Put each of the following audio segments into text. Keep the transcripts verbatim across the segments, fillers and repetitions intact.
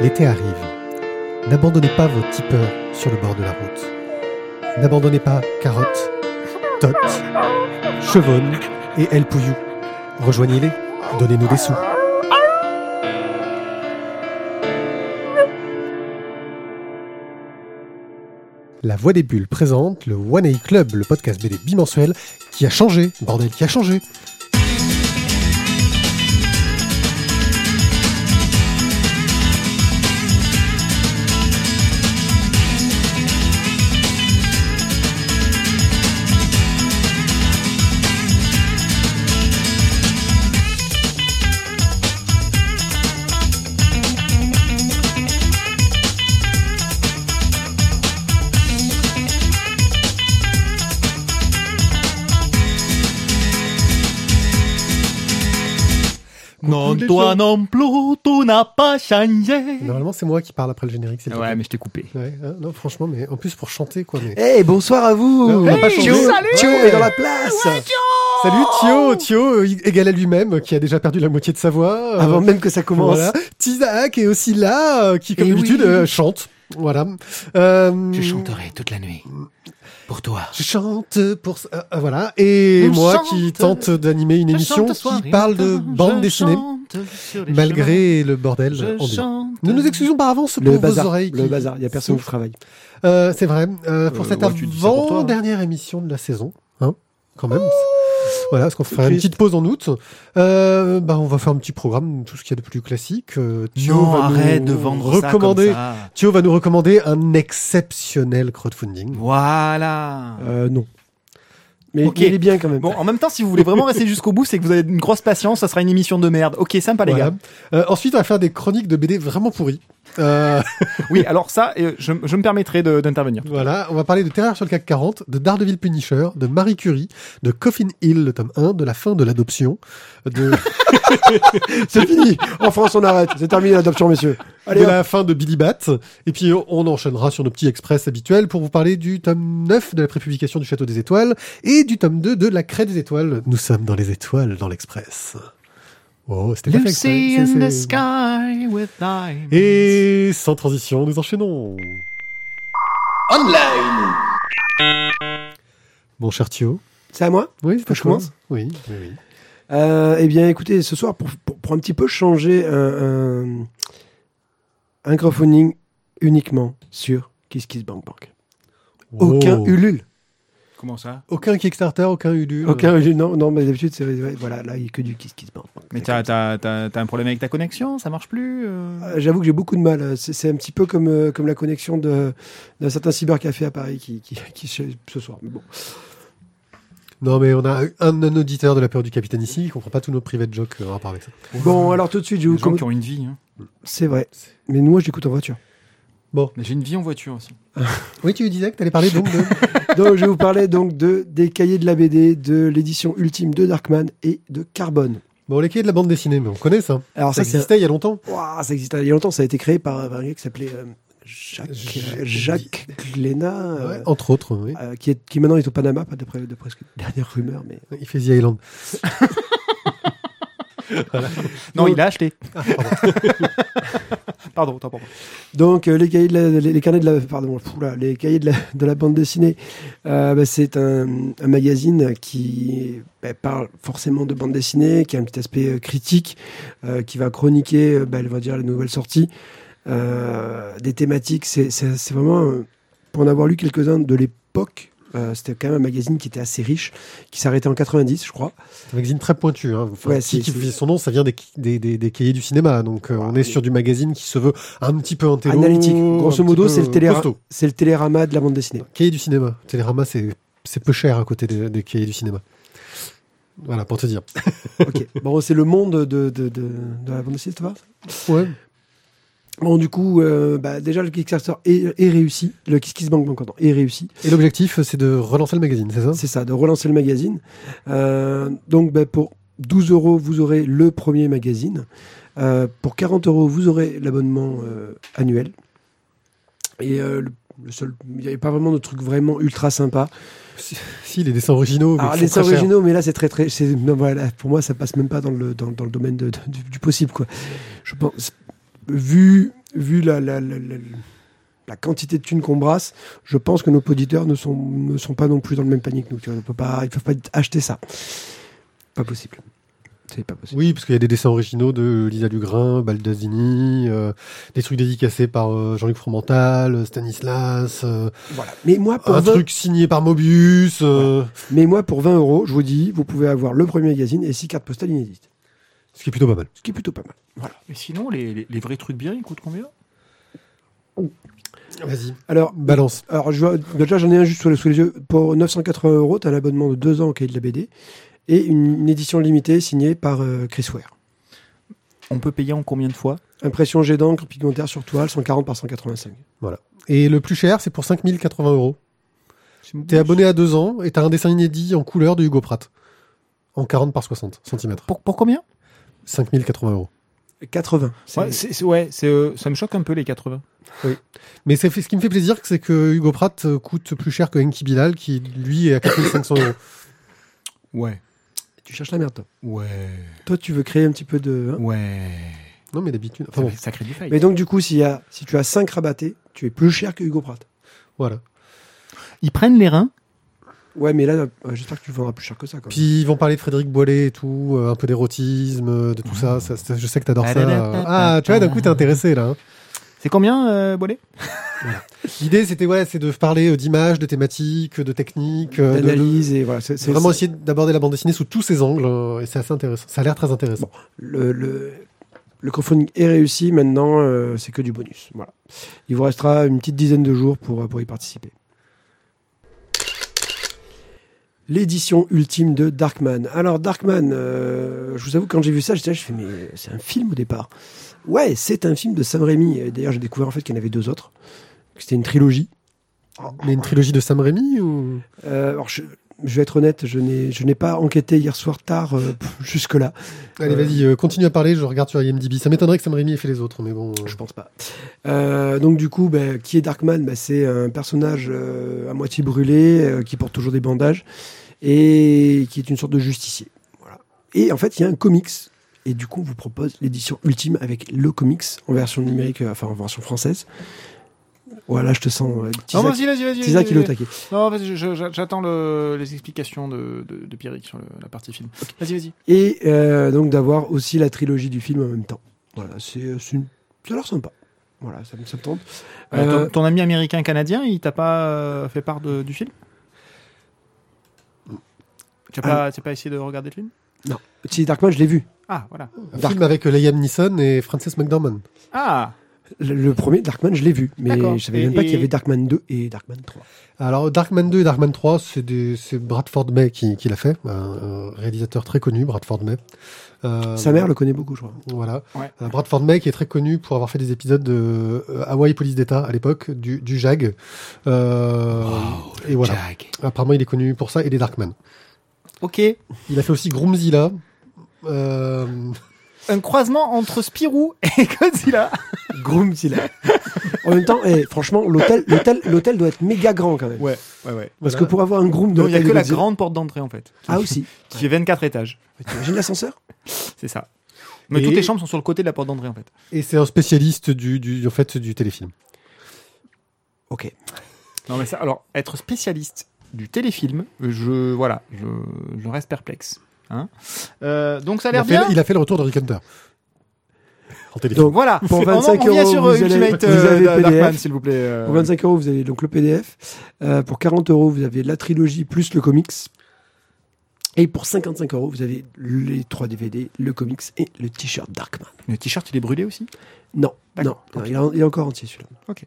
L'été arrive. N'abandonnez pas vos tipeurs sur le bord de la route. N'abandonnez pas Carotte, Tot, Chevonne et El Pouillou. Rejoignez-les, donnez-nous des sous. La Voix des Bulles présente le One A Club, le podcast B D bimensuel qui a changé, bordel, qui a changé. Non, toi non plus, tout n'a pas changé. Normalement, c'est moi qui parle après le générique. C'est le Ouais, truc. mais je t'ai coupé. Ouais, hein, non, franchement, mais en plus pour chanter, quoi. Mais... Hey, bonsoir à vous. Non, on n'a pas Thio, changé. salut. Thio est dans la place. Ouais, Salut Thio, Thio euh, égal à lui-même, qui a déjà perdu la moitié de sa voix. euh, Avant même que ça commence. Voilà. Tizak est aussi là, euh, qui comme Eh d'habitude oui. euh, chante. Voilà. Euh, Je chanterai toute la nuit. Pour toi. Je chante pour euh, euh, voilà. Et Je moi chante. qui tente d'animer une Je émission chante soir qui et parle de matin, bande je dessinée, chante sur les malgré le bordel chemins, je ambiant. chante. Nous nous excusons par avance Le pour bazar. vos oreilles. Le qui bazar. Il y a personne qui souffrent. travaille. Euh, c'est vrai. Euh, pour Euh, cette ouais, tu dis ça pour toi, hein. avant-dernière émission de la saison, hein, quand même. Voilà, parce qu'on fera une triste. petite pause en août. Euh, bah, on va faire un petit programme, tout ce qu'il y a de plus classique. Euh, Thio Non, va arrête nous de vendre recommander. ça comme ça. Thio va nous recommander un exceptionnel crowdfunding. Voilà. Euh, non. Mais Ok. il est bien quand même. Bon, en même temps, si vous voulez vraiment rester jusqu'au bout, c'est que vous avez une grosse patience, ça sera une émission de merde. Ok, sympa les Voilà. gars. Euh, ensuite, on va faire des chroniques de B D vraiment pourries. Euh, Oui, alors ça, euh, je, je me permettrai de- d'intervenir. voilà, on va parler de Terreur sur le C A C quarante, de Daredevil Punisher, de Marie Curie, de Coffin Hill, le tome un, de la fin de l'adoption, de, C'est fini. En France, on arrête. C'est terminé l'adoption, messieurs. Allez, de hop. la fin de Billy Bat. Et puis, on enchaînera sur nos petits express habituels pour vous parler du tome neuf de la prépublication du Château des Étoiles et du tome deux de La Craie des Étoiles. Nous sommes dans les étoiles dans l'express. Oh, c'était pas fait exprès. Lucy C'est- in the c'est- sky with diamonds. Et sans transition, nous enchaînons. Mon cher Thio. C'est à moi. Oui, c'est Faut que je commence. Oui, oui, oui. Euh, eh bien, écoutez, ce soir, pour, pour, pour un petit peu changer un, un, un crowdfunding uniquement sur KissKissBankBank. Aucun Oh. Ulule. Comment ça? Aucun Kickstarter, aucun Ulule. Aucun Ulule, non, non, mais d'habitude, c'est, ouais, voilà, là, il n'y a que du KissKissBankBank. Mais t'as, t'as, t'as, t'as un problème avec ta connexion? Ça marche plus? euh Euh, J'avoue que j'ai beaucoup de mal. C'est, c'est un petit peu comme, euh, comme la connexion de, d'un certain cybercafé à Paris qui, qui, qui ce soir. Mais bon. Non, mais on a un, un auditeur de la peur du capitaine ici, il comprend pas tous nos private jokes euh, en rapport avec ça. Bon, alors tout de suite, je vais Les vous gens commen- qui ont une vie. Hein. C'est vrai. Mais moi, je l'écoute en voiture. Mais j'ai une vie en voiture aussi. Oui, tu disais que t'allais parler donc de... Donc, je vais vous parler donc de, des cahiers de la B D, de l'édition ultime de Darkman et de Carbone. Bon, les cahiers de la bande dessinée, mais on connaît ça. Alors, ça ça, c'est. existait il y a longtemps. Ouah, ça existait il y a longtemps. Ça a été créé par, par un gars qui s'appelait euh, Jacques, Je- euh, Jacques Glénat, euh, Ouais, entre autres, oui. euh, qui, est, qui maintenant est au Panama, pas d'après, d'après ce que- dernière rumeur. Mais... Il fait The Island. Non, Donc- il a acheté. Ah, pardon. Pardon, attends, pardon. Donc euh, les cahiers de la, les, les carnets de la pardon oula, les cahiers de la, de la bande dessinée, euh, bah, c'est un, un magazine qui bah, parle forcément de bande dessinée, qui a un petit aspect euh, critique, euh, qui va chroniquer, euh, bah, elle va dire les nouvelles sorties, euh, des thématiques. C'est, c'est, c'est vraiment euh, pour en avoir lu quelques-uns de l'époque. Euh, c'était quand même un magazine qui était assez riche, qui s'arrêtait en quatre-vingt-dix, je crois. C'est un magazine très pointu. Hein. Enfin, Ouais, qui, c'est- qui c'est- fait son nom, ça vient des, des, des, des cahiers du cinéma. Donc, euh, Ouais, on est mais- sur du magazine qui se veut un petit peu intello, Analytique. un Grosso petit modo, peu c'est le, téléra- costaud. c'est le télérama de la bande dessinée. Cahiers du cinéma. Télérama, c'est, c'est peu cher à côté des, des cahiers du cinéma. Voilà, pour te dire. Ok. Bon, c'est le monde de, de, de, de la bande dessinée, ça va? Ouais. Bon, du coup, euh, bah, déjà, le Kickstarter est, est réussi. Le KissKissBankBank pardon, est réussi. Et l'objectif, c'est de relancer le magazine, c'est ça? C'est ça, de relancer le magazine. Euh, donc, bah, pour douze euros, vous aurez le premier magazine. Euh, pour quarante euros, vous aurez l'abonnement euh, annuel. Et euh, le, le seul, il n'y avait pas vraiment de truc vraiment ultra sympa. Si, si, les dessins originaux. mais Alors, qui les sont très chers. originaux, mais là, c'est très, très. C'est, non, voilà, pour moi, ça passe même pas dans le, dans, dans le domaine de, de- du, du possible, quoi. Je pense. Vu vu la, la, la, la, la quantité de thunes qu'on brasse, je pense que nos auditeurs ne sont, ne sont pas non plus dans le même panier que nous. Tu vois, on peut pas, ils ne peuvent pas acheter ça. Pas possible. C'est pas possible. Oui, parce qu'il y a des dessins originaux de Lisa Lugrin, Baldasini, euh, des trucs dédicacés par euh, Jean-Luc Fromental, Stanislas, euh, Voilà. Mais moi, pour un vingt... truc signé par Mobius. Euh, Mais moi, pour vingt euros, je vous dis, vous pouvez avoir le premier magazine et six cartes postales inédites. Ce qui est plutôt pas mal. Ce qui est plutôt pas mal. Voilà. Et sinon, les, les, les vrais trucs bien, ils coûtent combien? Vas-y, Alors, balance. alors je vois, déjà, j'en ai un juste sous les, sous les yeux. Pour neuf cent quatre-vingts euros, tu as l'abonnement de deux ans au cahier de la B D et une, une édition limitée signée par euh, Chris Ware. On peut payer en combien de fois? Impression jet d'encre pigmentaire sur toile, cent quarante par cent quatre-vingt-cinq. Voilà. Et le plus cher, c'est pour cinq mille quatre-vingts euros. T'es abonné à deux ans et t'as un dessin inédit en couleur de Hugo Pratt. En quarante par soixante centimètres. Pour, pour combien? cinq mille quatre-vingts euros. quatre-vingts. C'est... Ouais, c'est, c'est, ouais c'est, euh, ça me choque un peu les quatre-vingts. Mais c'est, ce qui me fait plaisir, c'est que Hugo Pratt coûte plus cher que Enki Bilal, qui lui est à quatre mille cinq cents euros. Ouais. Tu cherches la merde, toi. Ouais. Toi, tu veux créer un petit peu de... hein Ouais. Non, mais d'habitude. Enfin Ça, bon, ça crée du fight. Mais donc, du coup, s'il y a, si tu as cinq rabattés, tu es plus cher que Hugo Pratt. voilà. Ils prennent les reins. Ouais, mais là, euh, j'espère que tu vendras plus cher que ça. Quand même. Puis ils vont parler de Frédéric Boilet et tout, euh, un peu d'érotisme, euh, de tout ça. ça, ça je sais que t'adores ça. euh. Ah, tu vois, d'un coup, t'es intéressé là. hein. C'est combien, euh, Boilet? L'idée, c'était ouais, c'est de parler euh, d'images, de thématiques, de techniques, euh, de- de- D'analyse et voilà. C'est, C'est c'est vraiment c'est- essayer d'aborder la bande dessinée sous tous ses angles, euh, et c'est assez intéressant. Ça a l'air très intéressant. le, le, le crowdfunding est réussi. Maintenant, euh, c'est que du bonus. Voilà. Il vous restera une petite dizaine de jours pour, pour y participer. L'édition ultime de Darkman. Alors, Darkman, euh, je vous avoue, quand j'ai vu ça, j'étais là, je fais, mais c'est un film au départ. Ouais, c'est un film de Sam Raimi. Et d'ailleurs, j'ai découvert en fait qu'il y en avait deux autres. Que c'était une trilogie. Mais une trilogie de Sam Raimi ou Euh, alors, je, je vais être honnête, je n'ai, je n'ai pas enquêté hier soir tard euh, pff, jusque-là. Allez, Euh, vas-y, euh, continue à parler. Je regarde sur I M D B. Ça m'étonnerait que Sam Raimi ait fait les autres, mais bon. euh, Je pense pas. Euh, donc du coup, bah, qui est Darkman bah, c'est un personnage euh, à moitié brûlé, euh, qui porte toujours des bandages, et qui est une sorte de justicier. Voilà. Et en fait, il y a un comics, et du coup, on vous propose l'édition ultime avec le comics, en version numérique, euh, enfin en version française. Voilà, je te sens... Euh, Non, Tisa, vas-y, vas-y, vas-y. Tisa vas-y, qui est au vas-y. taquet. Non, vas-y, je- je- j'attends le, les explications de, de, de Pierrick sur le- la partie film. Vas-y, vas-y. Et euh, donc d'avoir aussi la trilogie du film en même temps. Voilà, c'est, c'est une... ça a l'air sympa. Voilà, ça, me- ça me tente. Euh, Euh, ton, ton ami américain-canadien, il t'a pas euh, fait part de- du film? Tu n'as pas, tu as pas essayé de regarder le film? Si, Darkman, je l'ai vu. Ah, voilà. Un Dark- film avec euh, Liam Neeson et Frances McDormand. Ah, Le, le premier, Darkman, je l'ai vu. Mais D'accord. je savais Et- même pas qu'il y et- avait Darkman deux et Darkman trois. Alors, Darkman deux et Darkman trois, c'est, des, c'est Bradford May qui, qui l'a fait, un, un réalisateur très connu, Bradford May. Euh, Sa mère le connaît beaucoup, je crois. Voilà. Ouais. Euh, Bradford May qui est très connu pour avoir fait des épisodes de euh, Hawaii Police d'État à l'époque, du, du J A G. Euh, et voilà. Jack. Apparemment, il est connu pour ça et des Darkman. Ok. Il a fait aussi Groomzilla. Euh, Un croisement entre Spirou et Godzilla. Groomzilla. En même temps, eh, franchement, l'hôtel, l'hôtel, l'hôtel doit être méga grand quand même. Ouais, ouais, ouais. Parce voilà. que pour avoir un groom de Donc il y a taille que de la Godzilla- grande porte d'entrée en fait. Ah aussi. Qui fait vingt-quatre étages. T'imagines l'ascenseur? C'est ça. Mais Et- toutes les chambres sont sur le côté de la porte d'entrée en fait. Et c'est un spécialiste du, du, en fait, du téléfilm. Ok. Non mais ça, alors être spécialiste du téléfilm, je voilà, je, je reste perplexe. Hein euh, donc ça a Il a, l'air fait, bien. il a fait le retour de Rick Hunter. En téléfilm. Donc Voilà. Pour On- vingt-cinq on, vient euros, sur vous euh, allez- Ultimate vous euh, avez Da- P D F. Darkman, s'il vous plaît. euh. pour vingt-cinq euros, vous avez donc le P D F. Euh, pour quarante euros, vous avez la trilogie plus le comics. Et pour cinquante-cinq euros, vous avez les trois D V D, le comics et le t-shirt Darkman. Le t-shirt il est brûlé aussi. Non, non, D'accord, non, ok. il, est, en- il est encore entier celui-là. Ok.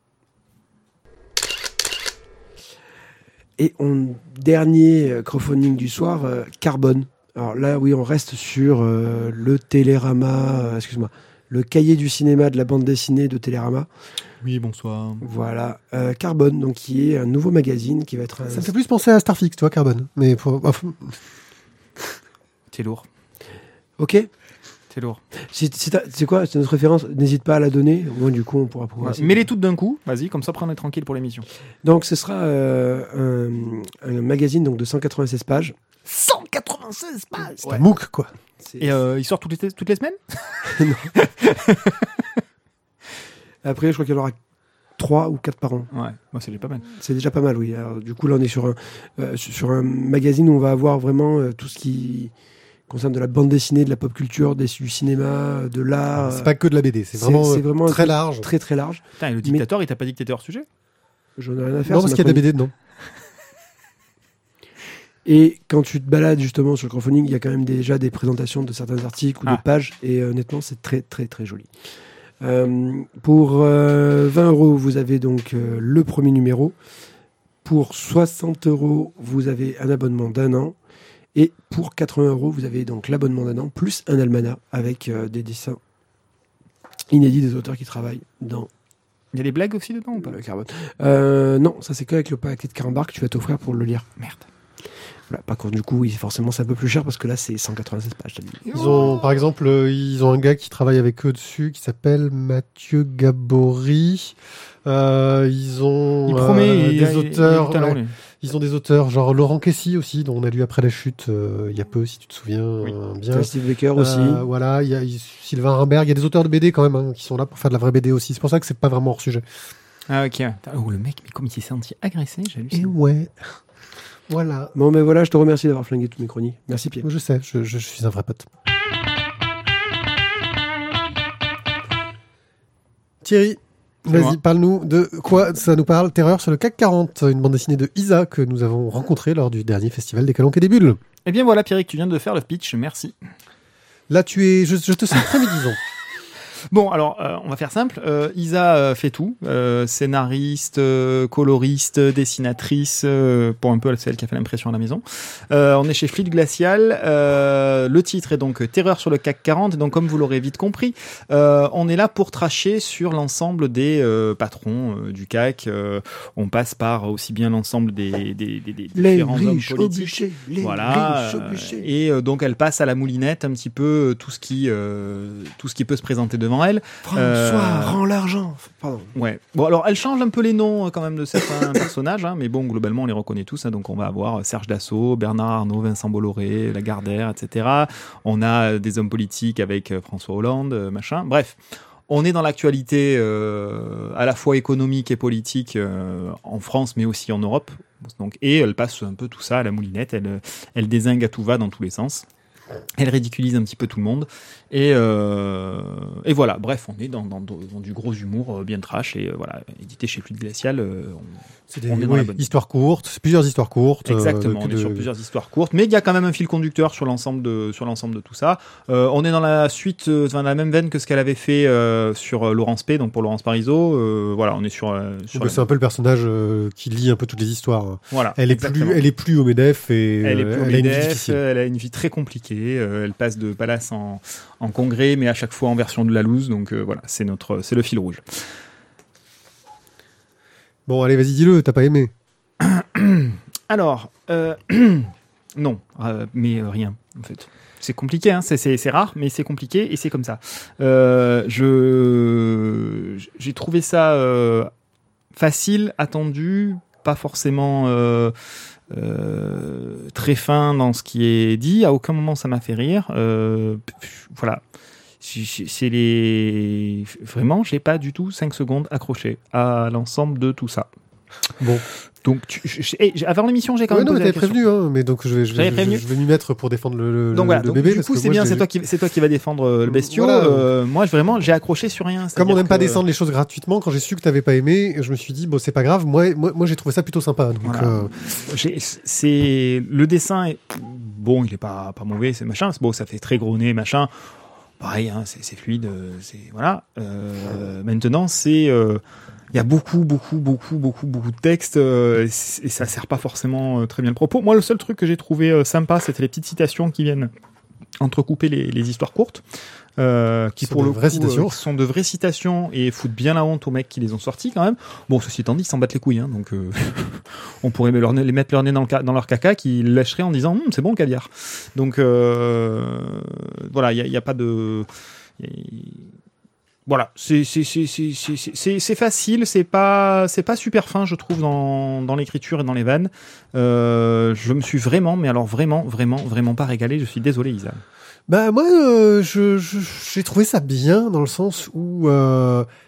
Et on dernier euh, crowdfunding du soir, euh, Carbone. Alors là, oui, on reste sur euh, le Télérama, euh, excuse-moi, le cahier du cinéma de la bande dessinée de Télérama. Oui, bonsoir. Voilà, euh, Carbone, donc qui est un nouveau magazine qui va être. Un... Ça me fait plus penser à Starfix, tu vois, Carbone. Mais pour, enfin, T'es lourd. Ok. T'es lourd. Si, si t'as- c'est quoi, c'est notre référence. N'hésite pas à la donner. Bon, du coup, on pourra progresser. Mets-les toutes d'un coup. Vas-y, comme ça, après on est tranquille pour l'émission. Donc, ce sera euh, un, un magazine donc de cent quatre-vingt-seize pages. cent quatre-vingt-seize pages. c'est un MOOC, quoi. C'est- Et euh, il sort toutes les, toutes les semaines? Après, je crois qu'il y en aura trois ou quatre par an. Ouais, moi c'est déjà pas mal. C'est déjà pas mal, oui. Alors, du coup, là, on est sur un, euh, sur un magazine où on va avoir vraiment euh, tout ce qui concerne de la bande dessinée, de la pop culture, des, du cinéma, de l'art. C'est pas que de la B D, c'est vraiment, c'est vraiment très large. Très, très large. Putain, et le dictateur, Mais... il t'a pas dit que t'étais hors sujet ? J'en ai rien à faire. Non, parce qu'il y a des B D dedans. Et quand tu te balades justement sur le crowdfunding, il y a quand même déjà des présentations de certains articles ou ah. de pages, et euh, honnêtement, c'est très très très joli. Euh, pour euh, vingt euros, vous avez donc euh, le premier numéro. Pour soixante euros, vous avez un abonnement d'un an. Et pour quatre-vingts euros, vous avez donc l'abonnement d'un an plus un almanach avec euh, des dessins inédits des auteurs qui travaillent dans. Il y a des blagues aussi dedans ou pas ? Le carbone. Euh, non, ça c'est qu'avec le paquet de carambar que tu vas t'offrir pour le lire. Merde. Voilà, par contre, du coup, oui, forcément, c'est un peu plus cher parce que là, c'est cent quatre-vingt-seize pages. Ils ont, par exemple, euh, ils ont un gars qui travaille avec eux dessus qui s'appelle Mathieu Gabory. Euh, ils ont il promet, euh, il, des il, auteurs. il, il, il, ouais, ils ont des auteurs, genre Laurent Kessy aussi, dont on a lu Après la chute euh, il y a peu, si tu te souviens oui. euh, bien. Steve Baker aussi. Euh, voilà, il y a il, Sylvain Rimbert. Il y a des auteurs de B D quand même hein, qui sont là pour faire de la vraie B D aussi. C'est pour ça que c'est pas vraiment hors sujet. Ah ok. Oh le mec, mais comme il s'est senti agressé, j'ai halluciné. Et ouais. Voilà. Bon, ben voilà, je te remercie d'avoir flingué toutes mes chroniques. Merci Pierre. Je sais, je, je, je suis un vrai pote. Thierry, C'est vas-y, moi. parle-nous de quoi ça nous parle. Terreur sur le C A C quarante, une bande dessinée de Isa que nous avons rencontrée lors du dernier festival des Calanques et des Bulles. Eh bien voilà, Pierrick, tu viens de faire le pitch, merci. Là, tu es, je, je te sens très médisant. Bon, alors, euh, on va faire simple. Euh, Isa euh, fait tout. Euh, scénariste, euh, coloriste, dessinatrice, euh, pour un peu celle qui a fait l'impression à la maison. Euh, on est chez Fluide Glacial. Euh, le titre est donc Terreur sur le C A C quarante. Donc, comme vous l'aurez vite compris, euh, on est là pour tracher sur l'ensemble des euh, patrons euh, du C A C. Euh, on passe par aussi bien l'ensemble des, des, des, des les différents hommes riches politiques. Obligés, les voilà. riches obligés. Et euh, donc, elle passe à la moulinette un petit peu euh, tout ce qui, euh, tout ce qui peut se présenter devant elle. François, euh... rends l'argent. Pardon. Ouais. Bon, alors elle change un peu les noms quand même de certains personnages, hein, mais bon, globalement, on les reconnaît tous. Hein, donc, on va avoir Serge Dassault, Bernard Arnault, Vincent Bolloré, Lagardère, et cetera. On a des hommes politiques avec François Hollande, machin. Bref. On est dans l'actualité euh, à la fois économique et politique euh, en France, mais aussi en Europe. Donc, et elle passe un peu tout ça à la moulinette. Elle, elle dézingue à tout va dans tous les sens. Elle ridiculise un petit peu tout le monde. Et, euh, et voilà, bref, on est dans, dans, dans du gros humour euh, bien trash. Et euh, voilà, édité chez Fluide Glacial. Euh, on, c'est des on est dans oui, la bonne histoires courtes, c'est plusieurs histoires courtes. Exactement, euh, on est de... sur plusieurs histoires courtes. Mais il y a quand même un fil conducteur sur l'ensemble de, sur l'ensemble de tout ça. Euh, on est dans la suite, euh, dans la même veine que ce qu'elle avait fait euh, sur euh, Laurence P, donc pour Laurence Parisot. Euh, voilà, on est sur. Euh, sur donc, la... C'est un peu le personnage euh, qui lit un peu toutes les histoires. Voilà, elle est plus, elle est plus au MEDEF et elle est plus euh, au elle, MEDEF, a une vie difficile. Elle a une vie très compliquée. Euh, elle passe de palace en, en congrès, mais à chaque fois en version de la loose. Donc euh, voilà, c'est notre, c'est le fil rouge. Bon, allez, vas-y, dis-le. T'as pas aimé? Alors, euh, non, euh, mais euh, rien en fait. C'est compliqué, hein, c'est, c'est, c'est rare, mais c'est compliqué et c'est comme ça. Euh, je, j'ai trouvé ça euh, facile, attendu, pas forcément euh, euh, très fin dans ce qui est dit. À aucun moment ça m'a fait rire. Euh, voilà. C'est les... Vraiment, j'ai pas du tout cinq secondes accroché à l'ensemble de tout ça. Bon. Donc, tu, je, je, avant l'émission, j'ai quand ouais, même non, posé mais la t'avais prévenu, hein, mais donc je vais, je vais, je, je vais m'y mettre pour défendre le, donc, voilà, le donc, bébé. Du parce coup, que c'est moi, bien, je c'est toi, qui, c'est toi qui va défendre le bestiau. Voilà. Euh, moi, vraiment, j'ai accroché sur rien. Comme on n'aime que... pas descendre les choses gratuitement, quand j'ai su que t'avais pas aimé, je me suis dit, bon, c'est pas grave, moi, moi, moi j'ai trouvé ça plutôt sympa. Donc, voilà. euh... j'ai, c'est, le dessin est, bon, il est pas, pas mauvais, c'est machin, c'est beau, ça fait très gros nez, machin. Pareil, hein, c'est, c'est fluide, c'est, voilà. Euh, maintenant, c'est, euh, il y a beaucoup, beaucoup, beaucoup, beaucoup, beaucoup de textes euh, et, et ça sert pas forcément euh, très bien le propos. Moi, le seul truc que j'ai trouvé euh, sympa, c'était les petites citations qui viennent entrecouper les, les histoires courtes, euh, qui pour le coup euh, sont de vraies citations et foutent bien la honte aux mecs qui les ont sortis quand même. Bon, ceci étant dit, ils s'en battent les couilles, hein, donc euh, on pourrait leur, les mettre leur nez dans, le, dans leur caca, qui lâcheraient en disant hm, c'est bon le caviar. Donc euh, voilà, il y a, y a pas de... Y a, Voilà, c'est c'est c'est c'est c'est c'est c'est facile, c'est pas c'est pas super fin, je trouve, dans dans l'écriture et dans les vannes. Euh, je me suis vraiment, mais alors vraiment vraiment vraiment pas régalé. Je suis désolé, Isa. Bah moi, euh, je, je j'ai trouvé ça bien dans le sens où euh,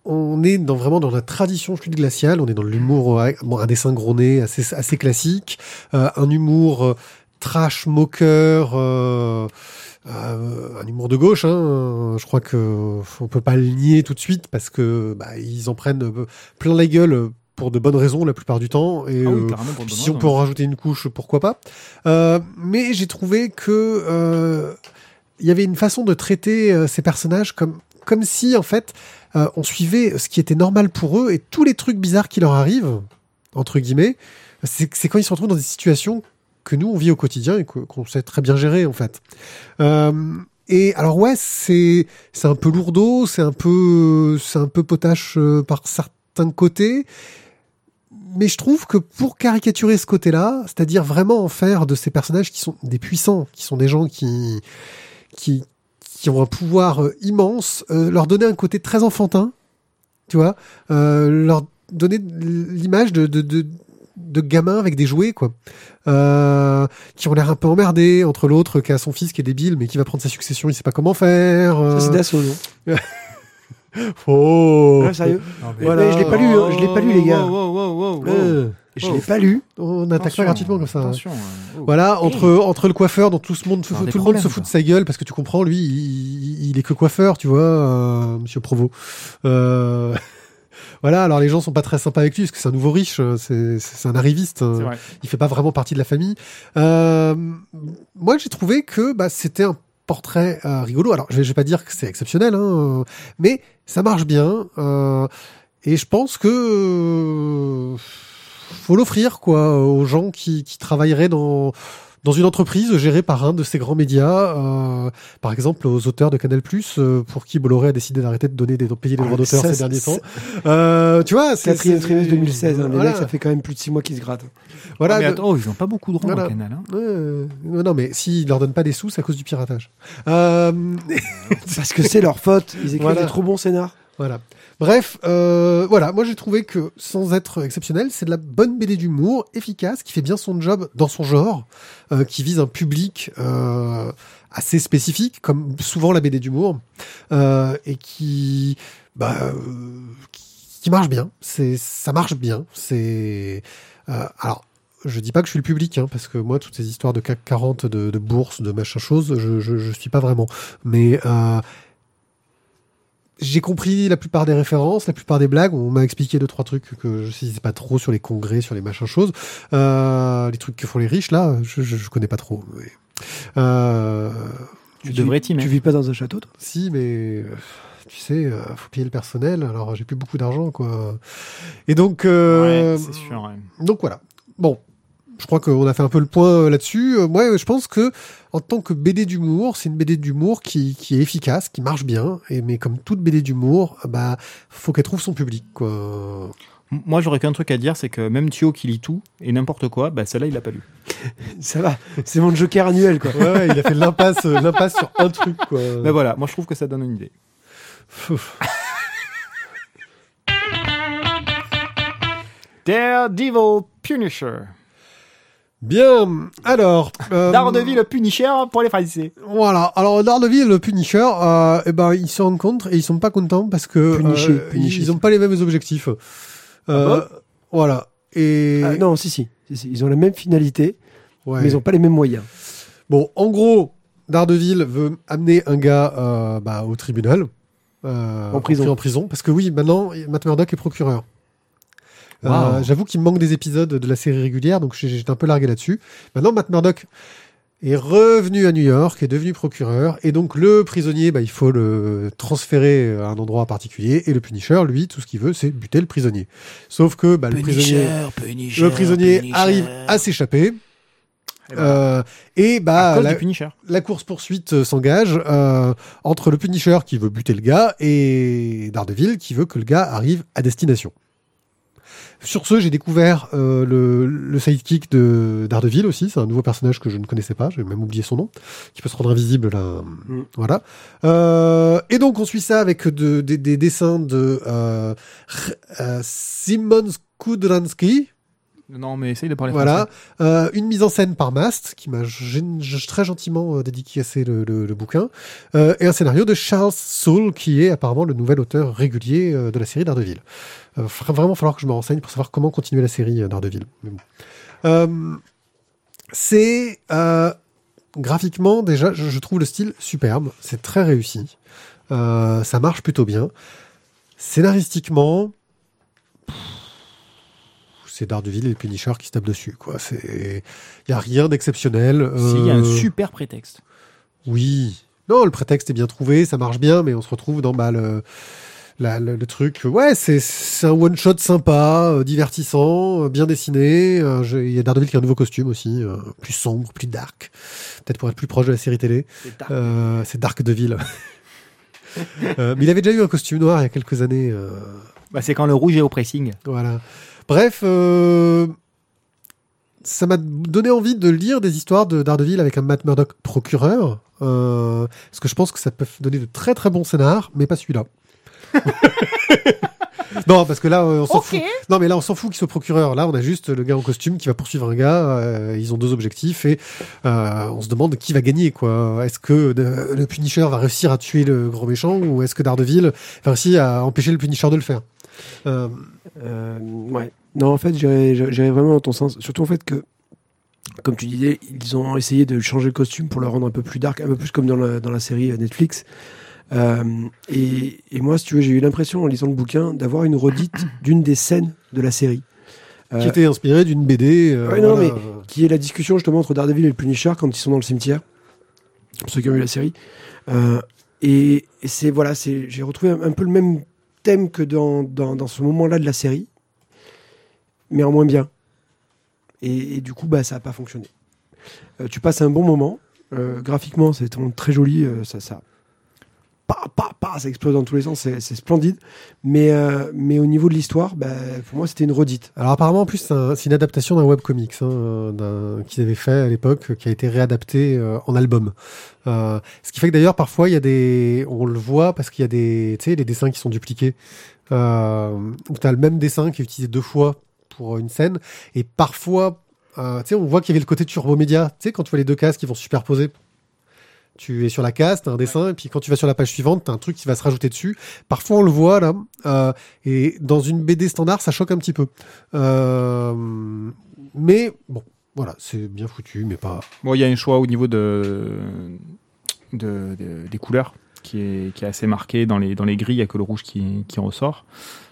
on est dans, vraiment dans la tradition fluide glaciale. On est dans l'humour, euh, bon, un dessin gros nez assez, assez classique, euh, un humour euh, trash, moqueur, euh, euh, un humour de gauche. Hein, je crois que on peut pas le nier tout de suite parce que bah, ils en prennent plein la gueule pour de bonnes raisons la plupart du temps. Et Ah oui, euh, carrément, pour de bonnes si on raisons. peut en rajouter une couche, pourquoi pas. Euh, mais j'ai trouvé que euh, il y avait une façon de traiter euh, ces personnages comme comme si en fait euh, on suivait ce qui était normal pour eux et tous les trucs bizarres qui leur arrivent entre guillemets, c'est, c'est quand ils se retrouvent dans des situations que nous on vit au quotidien et que, qu'on sait très bien gérer en fait. Euh, et alors ouais, c'est c'est un peu lourdeau, c'est un peu c'est un peu potache euh, par certains côtés. Mais je trouve que pour caricaturer ce côté-là, c'est-à-dire vraiment en faire de ces personnages qui sont des puissants, qui sont des gens qui qui qui ont un pouvoir euh, immense, euh, leur donner un côté très enfantin, tu vois, euh, leur donner l'image de de de de gamins avec des jouets, quoi, euh, qui ont l'air un peu emmerdés entre l'autre qui a son fils qui est débile mais qui va prendre sa succession, il sait pas comment faire. Euh... Ça, c'est Dassault, non? Oh, Ah, sérieux? Non, mais- Voilà. Mais je l'ai pas lu, hein, je l'ai pas lu, les gars. Wow, wow, wow, wow, wow. Euh, Je l'ai pas lu. on n'attaque Attention, pas gratuitement comme ça. hein. Attention. euh, oh. Voilà, entre entre le coiffeur dont tout ce monde, Alors, tout des le monde problèmes, se fout de quoi. sa gueule parce que tu comprends, lui, il, il est que coiffeur, tu vois, euh, Monsieur Provost. Euh, voilà, alors les gens sont pas très sympas avec lui parce que c'est un nouveau riche, c'est c'est un arriviste. C'est vrai. Il fait pas vraiment partie de la famille. Euh, moi, j'ai trouvé que bah, c'était un portrait euh, rigolo. Alors, je vais, je vais pas dire que c'est exceptionnel, hein, euh, mais ça marche bien. Euh, et je pense que euh, faut l'offrir quoi aux gens qui, qui travailleraient dans dans une entreprise gérée par un de ces grands médias, euh, par exemple aux auteurs de Canal+, euh, pour qui Bolloré a décidé d'arrêter de donner des de payer des Ah, droits d'auteur ça, ces c'est- derniers temps. Euh, tu vois, c'est Quatrième c'est- trimestre deux mille seize, hein, les voilà. mecs, ça fait quand même plus de six mois qu'ils se grattent. Voilà, Ah, mais de- attends, oh, ils ont pas beaucoup de ronds Voilà. au canal. Hein. Euh, non, non, mais s'ils leur donnent pas des sous, c'est à cause du piratage. Euh, Parce que c'est leur faute. Ils écrivent Voilà. des trop bons scénars. voilà. Bref, euh, voilà. Moi, j'ai trouvé que, sans être exceptionnel, c'est de la bonne B D d'humour, efficace, qui fait bien son job dans son genre, euh, qui vise un public euh, assez spécifique, comme souvent la B D d'humour, euh, et qui, bah, euh, qui, qui marche bien. C'est, ça marche bien. C'est, euh, alors. Je dis pas que je suis le public, hein, parce que moi, toutes ces histoires de C A C quarante, de, de bourse, de machin chose, je, je, je suis pas vraiment. Mais euh, j'ai compris la plupart des références, la plupart des blagues. On m'a expliqué deux trois trucs que je sais pas trop sur les congrès, sur les machins choses, euh, les trucs que font les riches là. Je, je, je connais pas trop. Mais, euh, Tu devrais t'y Tu mettre. vis pas dans un château, toi? si, mais euh, tu sais, euh, faut payer le personnel. Alors j'ai plus beaucoup d'argent, quoi. Et donc, euh, Ouais, c'est sûr. Ouais. donc voilà. Bon. Je crois qu'on a fait un peu le point là-dessus. Euh, Moi, je pense que en tant que B D d'humour, c'est une B D d'humour qui, qui est efficace, qui marche bien. Et mais comme toute B D d'humour, bah faut qu'elle trouve son public, quoi. M- Moi, j'aurais qu'un truc à dire, c'est que même Thio qui lit tout et n'importe quoi, bah celle-là, il l'a pas lu. Ça va. C'est mon joker annuel, quoi. Ouais, ouais, il a fait l'impasse, euh, l'impasse sur un truc, quoi. Mais voilà, moi je trouve que ça donne une idée. Daredevil Punisher. Bien. Alors, euh, Daredevil Punisher pour les Français. voilà. Alors Daredevil, le Punisher, euh, eh ben ils se rencontrent et ils sont pas contents parce que Punisher, euh, Punisher, ils ont pas les mêmes objectifs. Euh, voilà. Et Ah, non, si, si, si, si. Ils ont la même finalité, ouais. mais ils ont pas les mêmes moyens. Bon, en gros, Daredevil veut amener un gars euh, bah, au tribunal. Euh, En prison. En prison. Parce que oui, maintenant, Matt Murdock est procureur. Euh, Wow. J'avoue qu'il me manque des épisodes de la série régulière, donc j'ai- j'étais un peu largué là-dessus. Maintenant, Matt Murdock est revenu à New York, est devenu procureur, et donc le prisonnier, bah, il faut le transférer à un endroit particulier, et le Punisher, lui, tout ce qu'il veut, c'est buter le prisonnier. Sauf que bah, le prisonnier, Punisher, le prisonnier Punisher. arrive à s'échapper. Et ben, Euh, et à bah cause la, du Punisher. la course poursuite euh, s'engage euh, entre le Punisher qui veut buter le gars et Daredevil qui veut que le gars arrive à destination. Sur ce, j'ai découvert euh, le, le sidekick de Daredevil aussi. C'est un nouveau personnage que je ne connaissais pas. J'ai même oublié son nom, qui peut se rendre invisible là. Mm. Voilà. Euh, et donc on suit ça avec de, des, des dessins de euh, euh, Simon Skudransky. Non, mais essaye de parler Voilà. français. Euh, une mise en scène par Mast, qui m'a gén- très gentiment euh, dédicacé le, le, le bouquin. Euh, et un scénario de Charles Soule, qui est apparemment le nouvel auteur régulier euh, de la série Daredevil. Il euh, va vraiment falloir que je me renseigne pour savoir comment continuer la série euh, Daredevil. Mais bon. Euh, c'est... Euh, graphiquement, déjà, je, je trouve le style superbe. C'est très réussi. Euh, ça marche plutôt bien. Scénaristiquement... c'est Daredevil et le Punisher qui se tapent dessus, quoi. C'est, il y a rien d'exceptionnel. Euh... Si, il y a un super prétexte. Oui. Non, le prétexte est bien trouvé, ça marche bien, mais on se retrouve dans bah, le, la, le, le truc. Ouais, c'est, c'est un one shot sympa, euh, divertissant, euh, bien dessiné. Euh, je... Il y a Daredevil qui a un nouveau costume aussi, euh, plus sombre, plus dark. Peut-être pour être plus proche de la série télé. C'est dark. Euh, c'est Darkdevil. euh, mais il avait déjà eu un costume noir il y a quelques années. Euh... Bah, c'est quand le rouge est au pressing. Voilà. Bref, euh, ça m'a donné envie de lire des histoires de Daredevil avec un Matt Murdock procureur, euh, parce que je pense que ça peut donner de très très bons scénars, mais pas celui-là. Non, parce que là, euh, on s'en Ok. fout. Non, mais là, on s'en fout qu'il soit procureur. Là, on a juste le gars en costume qui va poursuivre un gars. Euh, ils ont deux objectifs et euh, on se demande qui va gagner, quoi. Est-ce que de- le Punisher va réussir à tuer le gros méchant ou est-ce que Daredevil va réussir à empêcher le Punisher de le faire? Euh, Euh, ouais. Non, en fait, j'irais j'irais vraiment dans ton sens. Surtout en fait que, comme tu disais, ils ont essayé de changer le costume pour le rendre un peu plus dark, un peu plus comme dans la, dans la série Netflix. Euh, et, et moi, si tu veux, j'ai eu l'impression en lisant le bouquin d'avoir une redite d'une des scènes de la série. Euh, qui était inspiré d'une B D. Euh, Ouais, non, voilà. qui est la discussion justement entre Daredevil et le Punisher quand ils sont dans le cimetière, pour ceux qui ont vu la série. Euh, et et c'est voilà, c'est j'ai retrouvé un, un peu le même thème que dans, dans, dans ce moment-là de la série, mais en moins bien. Et, et du coup, bah, ça n'a pas fonctionné. Euh, tu passes un bon moment. Euh, graphiquement, c'est vraiment très joli. Euh, ça, ça, pa, pa, pa, ça explose dans tous les sens. C'est, c'est splendide. Mais, euh, mais au niveau de l'histoire, bah, pour moi, c'était une redite. Alors apparemment, en plus, c'est, un- c'est une adaptation d'un webcomics hein, d'un, qu'ils avaient fait à l'époque, qui a été réadapté euh, en album. Euh, ce qui fait que d'ailleurs, parfois, il y a des, on le voit parce qu'il y a des, tu sais, les dessins qui sont dupliqués. Euh, où t'as le même dessin qui est utilisé deux fois pour une scène, et parfois, euh, tu sais, on voit qu'il y avait le côté turbo média. Tu sais, quand tu vois les deux cases qui vont se superposer. Tu es sur la case, t'as un dessin, et puis quand tu vas sur la page suivante, t'as un truc qui va se rajouter dessus. Parfois, on le voit, là, euh, et dans une B D standard, ça choque un petit peu. Euh, mais, bon, voilà, c'est bien foutu, mais pas... Bon, il y a un choix au niveau de, de, de- des couleurs qui est, qui est assez marqué. Dans les, dans les grilles, il n'y a que le rouge qui, qui ressort.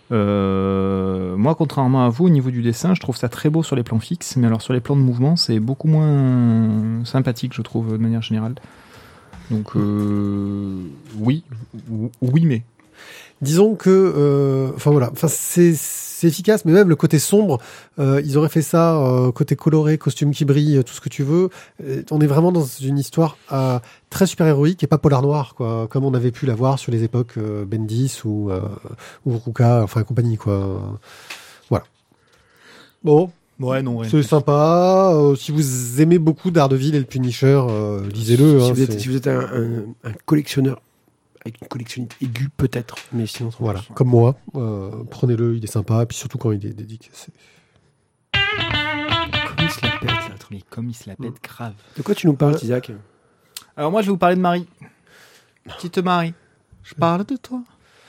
Euh, moi, contrairement à vous, au niveau du dessin, je trouve ça très beau sur les plans fixes, mais alors sur les plans de mouvement, c'est beaucoup moins sympathique, je trouve, de manière générale. Donc, euh, oui, ou- oui, mais. Disons que... euh, Enfin, voilà, enfin, c'est, c'est efficace, mais même le côté sombre, euh, ils auraient fait ça, euh, côté coloré, costume qui brille, tout ce que tu veux. Euh, on est vraiment dans une histoire euh, très super-héroïque et pas polar noir, quoi, comme on avait pu l'avoir sur les époques euh, Bendis ou, euh, ou Ruka, enfin, compagnie, quoi. Voilà. Bon, Ouais, non, c'est sympa. Euh, si vous aimez beaucoup Daredevil et le Punisher, euh, lisez-le. si, hein, vous êtes, c'est- si vous êtes un, un- un collectionneur avec une collectionnite aiguë, peut-être. Mais sinon, c'est- Voilà, comme moi. Euh, prenez-le, il est sympa. Et puis surtout quand il est dédicacé. Comme il se la pète, là, mais comme il se la pète grave. De quoi tu nous parles, Isaac? Alors moi, je vais vous parler de Marie. Petite Marie. Je parle de toi.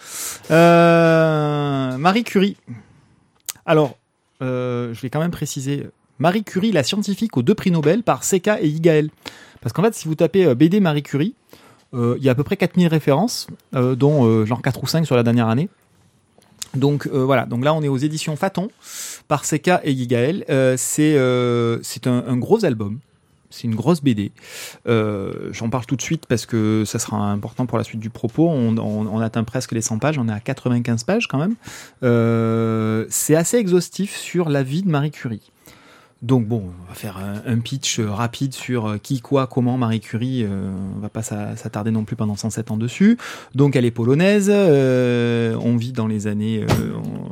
Euh, Marie Curie. Alors, euh, je vais quand même préciser. Marie Curie, la scientifique aux deux prix Nobel par Seka et Yigael. Parce qu'en fait, si vous tapez euh, B D Marie Curie, euh, il y a à peu près quatre mille références, euh, dont euh, genre quatre ou cinq sur la dernière année. Donc euh, voilà, donc là on est aux éditions Faton par Seka et Yigael. Euh, c'est euh, c'est un, un gros album. C'est une grosse B D. Euh, j'en parle tout de suite parce que ça sera important pour la suite du propos. On, on, on atteint presque les cent pages. On est à quatre-vingt-quinze pages quand même. Euh, c'est assez exhaustif sur la vie de Marie Curie. Donc bon, on va faire un, un pitch rapide sur qui, quoi, comment Marie Curie. Euh, on va pas s'attarder non plus pendant cent sept ans dessus. Donc elle est polonaise. Euh, on vit dans les années... Euh, on,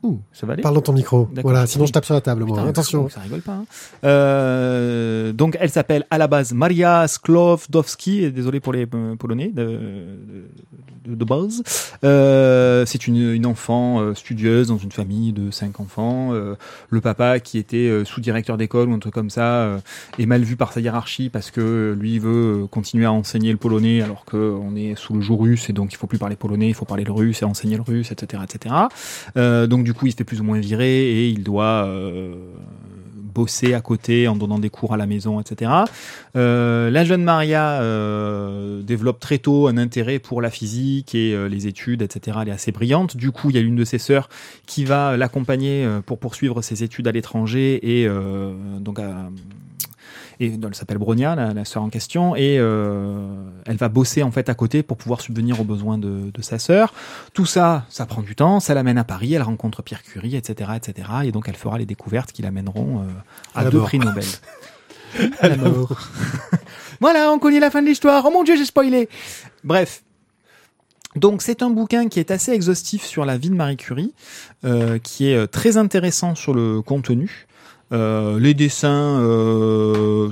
Ouh, ça va aller. Parle dans ton micro. D'accord. Voilà, sinon je tape sur la table, moi. Putain, Attention. Ça rigole pas. Hein. Euh, donc, elle s'appelle à la base Maria Sklodowski. Désolé pour les euh, Polonais de, de, de base. Euh, c'est une, une enfant euh, studieuse dans une famille de cinq enfants. Euh, le papa, qui était euh, sous-directeur d'école ou un truc comme ça, euh, est mal vu par sa hiérarchie parce que lui veut continuer à enseigner le polonais alors qu'on est sous le joug russe et donc il faut plus parler polonais, il faut parler le russe et enseigner le russe, et cetera, et cetera. Euh, donc du coup, il se fait plus ou moins virer et il doit euh, bosser à côté en donnant des cours à la maison, et cetera. Euh, la jeune Maria euh, développe très tôt un intérêt pour la physique et euh, les études, et cetera. Elle est assez brillante. Du coup, il y a l'une de ses sœurs qui va l'accompagner euh, pour poursuivre ses études à l'étranger et euh, donc à Et elle s'appelle Bronia, la, la sœur en question, et euh, elle va bosser en fait à côté pour pouvoir subvenir aux besoins de, de sa sœur. Tout ça, ça prend du temps, ça l'amène à Paris, elle rencontre Pierre Curie, et cetera, et cetera. Et donc elle fera les découvertes qui l'amèneront euh, à, À deux mort. prix Nobel. À la mort. Voilà, on connaît la fin de l'histoire. Oh mon Dieu, j'ai spoilé. Bref. Donc c'est un bouquin qui est assez exhaustif sur la vie de Marie Curie, euh, qui est très intéressant sur le contenu. Euh, les dessins, euh,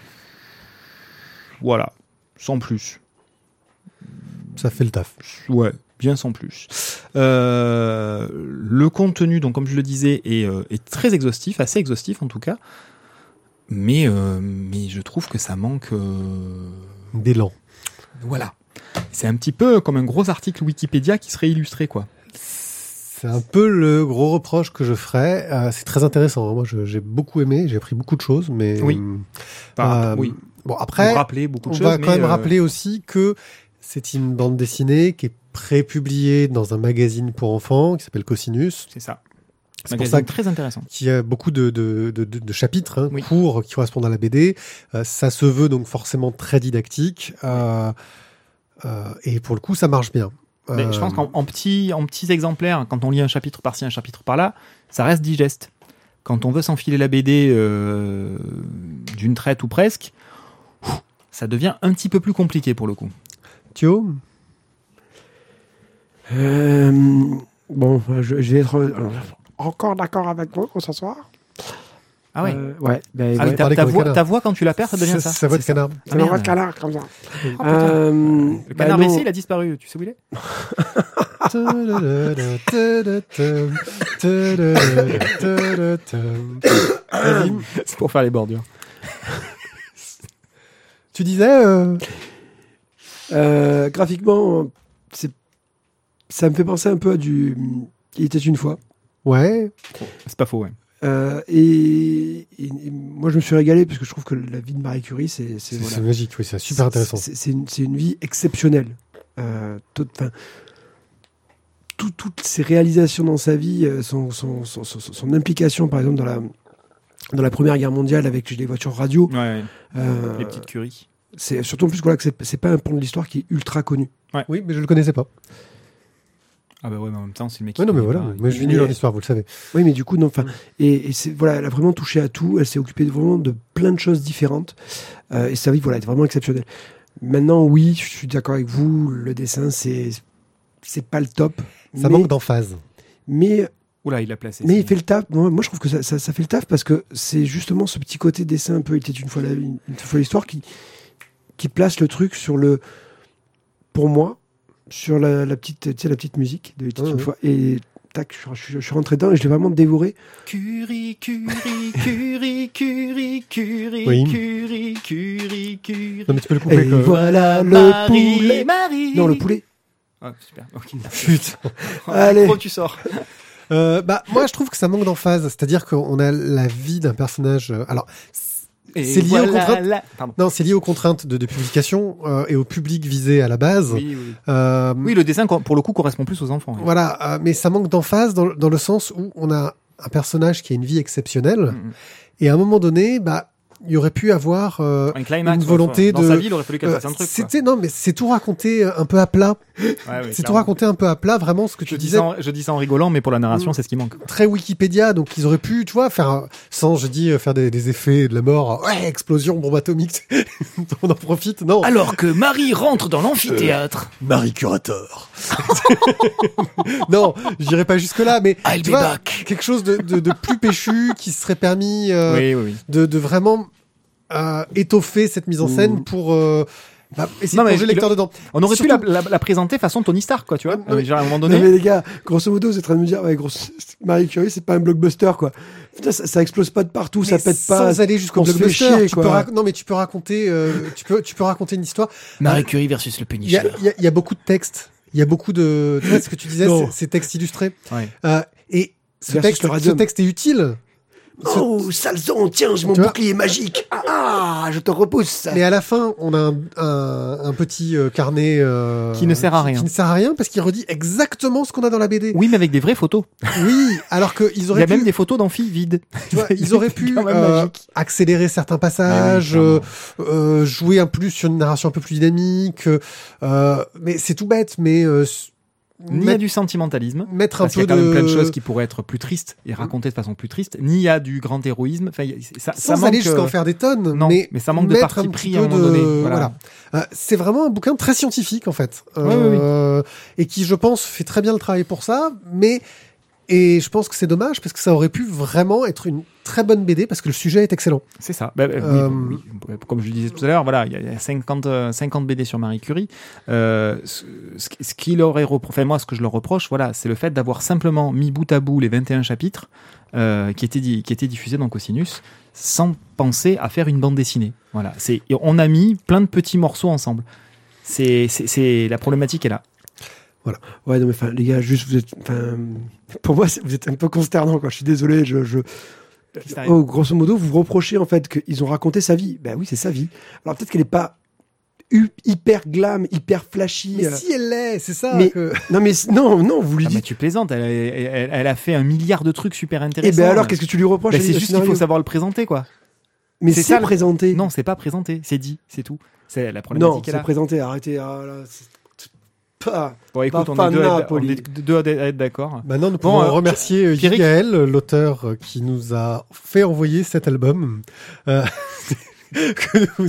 voilà, sans plus. Ça fait le taf. Ouais, bien sans plus. Euh, le contenu, donc comme je le disais, est, euh, est très exhaustif, assez exhaustif en tout cas. Mais, euh, mais je trouve que ça manque. Euh... D'élan. Voilà. C'est un petit peu comme un gros article Wikipédia qui serait illustré, quoi. C'est un peu le gros reproche que je ferais. Euh, c'est très intéressant. Moi, je, j'ai beaucoup aimé. J'ai appris beaucoup de choses, mais Oui. Enfin, euh, oui. Bon, après, Vous rappelez beaucoup de on choses. va quand mais, même euh, rappeler aussi que c'est une bande dessinée qui est pré-publiée dans un magazine pour enfants qui s'appelle Cosinus. C'est ça. C'est pour Magazine ça que- très intéressant. qui a beaucoup de, de, de, de, de chapitres hein, Oui. courts qui correspondent à la B D. Euh, ça se veut donc forcément très didactique. Euh, euh, et pour le coup, ça marche bien. Mais Euh, je pense qu'en en petits, en petits exemplaires, quand on lit un chapitre par-ci, un chapitre par-là, ça reste digeste. Quand on veut s'enfiler la B D euh, d'une traite ou presque, ouf, ça devient un petit peu plus compliqué pour le coup. Thio, Euh, bon, je, je vais être euh, encore d'accord avec vous ce soir. Ah ouais. Euh, ouais. Ben, Ah oui, ouais. ta, parler ta comme un voix, canard. ta voix, quand tu la perds, ça devient ça. ça va de C'est ça. canard. C'est ma voix merde. de canard comme ça. Oh, putain. Euh, Le bah canard non. ici, il a disparu. Tu sais où il est? Vas-y. C'est pour faire les bordures. Tu disais euh, Euh, graphiquement, c'est, ça me fait penser un peu à du. Il était une fois. ouais, C'est pas faux, ouais. Euh, et, et- et moi, je me suis régalé parce que je trouve que la vie de Marie Curie, c'est, c'est, c'est voilà. c'est magique, oui, c'est super intéressant. C'est, c'est une, c'est une vie exceptionnelle. Euh, tout- 'fin, tout- toutes ses réalisations dans sa vie, euh, son, son, son, son- son implication, par exemple, dans la, dans la Première Guerre mondiale avec les voitures radio. Ouais, euh, les petites curies. c'est surtout en plus voilà, que c'est, c'est pas un pan de l'histoire qui est ultra connu. Oui, mais je le connaissais pas. Ah bah ouais, mais en même temps, c'est le mec qui Ouais, non, mais connaît voilà, pas. mais je suis nul en histoire, vous le savez. Oui, mais du coup, non. Enfin, et, et c'est voilà, elle a vraiment touché à tout. Elle s'est occupée de, vraiment de plein de choses différentes. Euh, et sa vie, voilà, est vraiment exceptionnelle. Maintenant, oui, je suis d'accord avec vous. Le dessin, c'est c'est pas le top. Ça mais, manque d'emphase. mais Oula, il l'a placé. mais c'est- il fait le taf. Moi, moi, je trouve que ça, ça, ça fait le taf parce que c'est justement ce petit côté dessin un peu. Il était une fois la, une, une fois l'histoire qui qui place le truc sur le. Pour moi, sur la, la petite, tu sais, la petite musique de Il était Ouais, une ouais. fois. Et tac, je, je- je suis rentré dedans et je l'ai vraiment dévoré. Curie, Curie, Curie, Curie, Curie, Oui. Curie, Curie, Curie. Non, mais tu peux le Et couper. quoi. voilà le Marie, poulet. Marie. Non, le poulet. Ah, super. Ok. Putain. Allez. Micro, tu sors. Euh, bah, moi, je trouve que ça manque d'emphase. C'est-à-dire qu'on a la vie d'un personnage. euh, Alors, Et c'est lié aux voilà contraintes. la- Pardon. non, c'est lié aux contraintes de, de publication euh, et au public visé à la base. Oui, oui. Euh, Oui, le dessin, pour le coup, correspond plus aux enfants. Voilà, euh, mais ça manque d'emphase dans, dans le sens où on a un personnage qui a une vie exceptionnelle Mm, mm. et à un moment donné, bah, il y aurait pu avoir euh, Un climax, une volonté quoi. de. Dans sa vie, il aurait fallu qu'elle euh, fasse un truc. quoi. C'était non, mais c'est tout raconté un peu à plat. Ouais, ouais, c'est tout clairement. raconté un peu à plat, vraiment ce que tu Je dis, disais. ça en, je dis ça en rigolant, mais pour la narration, Mm. c'est ce qui manque. Très Wikipédia, donc ils auraient pu, tu vois, faire un- sans, je dis, euh, faire des, des effets de la mort. Ouais, explosion, bombe atomique. On en profite. Non. Alors que Marie rentre dans l'amphithéâtre. Marie Curator. Non, je dirais pas jusque là, mais I'll tu be vois, back. quelque chose de, de, de plus péchu qui serait permis euh, Oui, oui, oui. de, de vraiment euh, étoffer cette mise en scène Mm. pour euh, bah, essayer Non, de mais plonger le il- lecteur dedans. On aurait Surtout- pu la, la, la présenter façon Tony Stark, quoi, tu vois. Ouais, Euh, ouais. genre, à un moment Non donné. mais les gars, grosso modo, vous êtes en train de me dire, ouais, grosso... Marie Curie, c'est pas un blockbuster, quoi. Putain, ça, ça explose pas de partout, ça Mais pète pas. sans aller jusqu'au on se fait blockbuster. chier, tu quoi. peux rac- non, mais tu peux raconter, euh, tu peux, tu peux raconter une histoire. Marie Curie versus le Il y a, Punisher. il y a- il y a beaucoup de textes. Il y a beaucoup de, tu vois, ce que tu disais, Non. c'est, c'est textes illustrés. Ouais. Euh, et ce Versus texte, le ce radium. texte est utile. Ce- Oh, Salzon, tiens, j'ai mon Tu vois bouclier magique. Ah, ah, je te repousse. Mais à la fin, on a un, un, un petit euh, carnet euh, Qui ne sert à qui- rien. Qui ne sert à rien parce qu'il redit exactement ce qu'on a dans la B D. Oui, mais avec des vraies photos. Oui, alors qu'ils Il y auraient a pu, même des photos d'amphi vides. tu vois, ils auraient pu quand même euh, magique. accélérer certains passages, Ah oui, euh, clairement. euh, jouer un plus sur une narration un peu plus dynamique. Euh, mais c'est tout bête, mais euh, s- Ni il y a mettre, du sentimentalisme. mettre un Parce qu'il y peu a quand même de plein de choses qui pourraient être plus tristes et racontées de façon plus triste. Ni il y a du grand héroïsme. Enfin, il y a- ça, ça sans manque, aller jusqu'à en euh, faire des tonnes, non, mais, mais ça manque de mettre parti un pris petit à un peu moment donné, de- voilà. Euh, c'est vraiment un bouquin très scientifique en fait, Ouais, ouais, Euh, et qui, je pense, fait très bien le travail pour ça. Mais et je pense que c'est dommage parce que ça aurait pu vraiment être une très bonne B D parce que le sujet est excellent. C'est ça. Bah, bah, Euh, oui, oui. Comme je le disais tout à l'heure, voilà, il y a- il y a cinquante, euh, cinquante B D sur Marie Curie. Euh, ce, ce qui- ce qu'il aurait repro- enfin, moi, ce que je leur reproche, voilà, c'est le fait d'avoir simplement mis bout à bout les vingt et un chapitres euh, qui étaient di- qui étaient diffusés dans Cosinus, sans penser à faire une bande dessinée. Voilà, c'est, et on a mis plein de petits morceaux ensemble. C'est, c'est, c'est la problématique est là. Ouais, non, mais enfin, les gars, juste, vous êtes, enfin, pour moi, c'est- vous êtes un peu consternant, quoi. Je suis désolé, je, je, Qu'est-ce qui t'arrive oh, grosso modo, vous reprochez, en fait, qu'ils ont raconté sa vie. Ben oui, c'est sa vie. Alors, peut-être qu'elle est pas hu- hyper glam, hyper flashy. Mais euh, si elle l'est, c'est ça. mais- que... Non, mais, c- non, non, vous lui Ah, mais dites. tu plaisantes, elle, elle, elle- elle a fait un milliard de trucs super Eh intéressants. ben alors, qu'est-ce que tu lui reproches Ben, à- c'est au juste qu'il scénario faut savoir le présenter, quoi. Mais c'est c'est ça, le- présenté. Non, c'est pas présenté, c'est dit, c'est tout. C'est la non, problématique est c'est là. présenté. Arrêtez. Ah, là, c'est pas. Bon, écoute, Pas on est deux à, être- Napoli. on est deux à être d'accord. Maintenant, nous Bon, pouvons euh, remercier euh, Pierrick- Gaël, l'auteur euh, qui nous a fait envoyer cet album. Euh, que vous...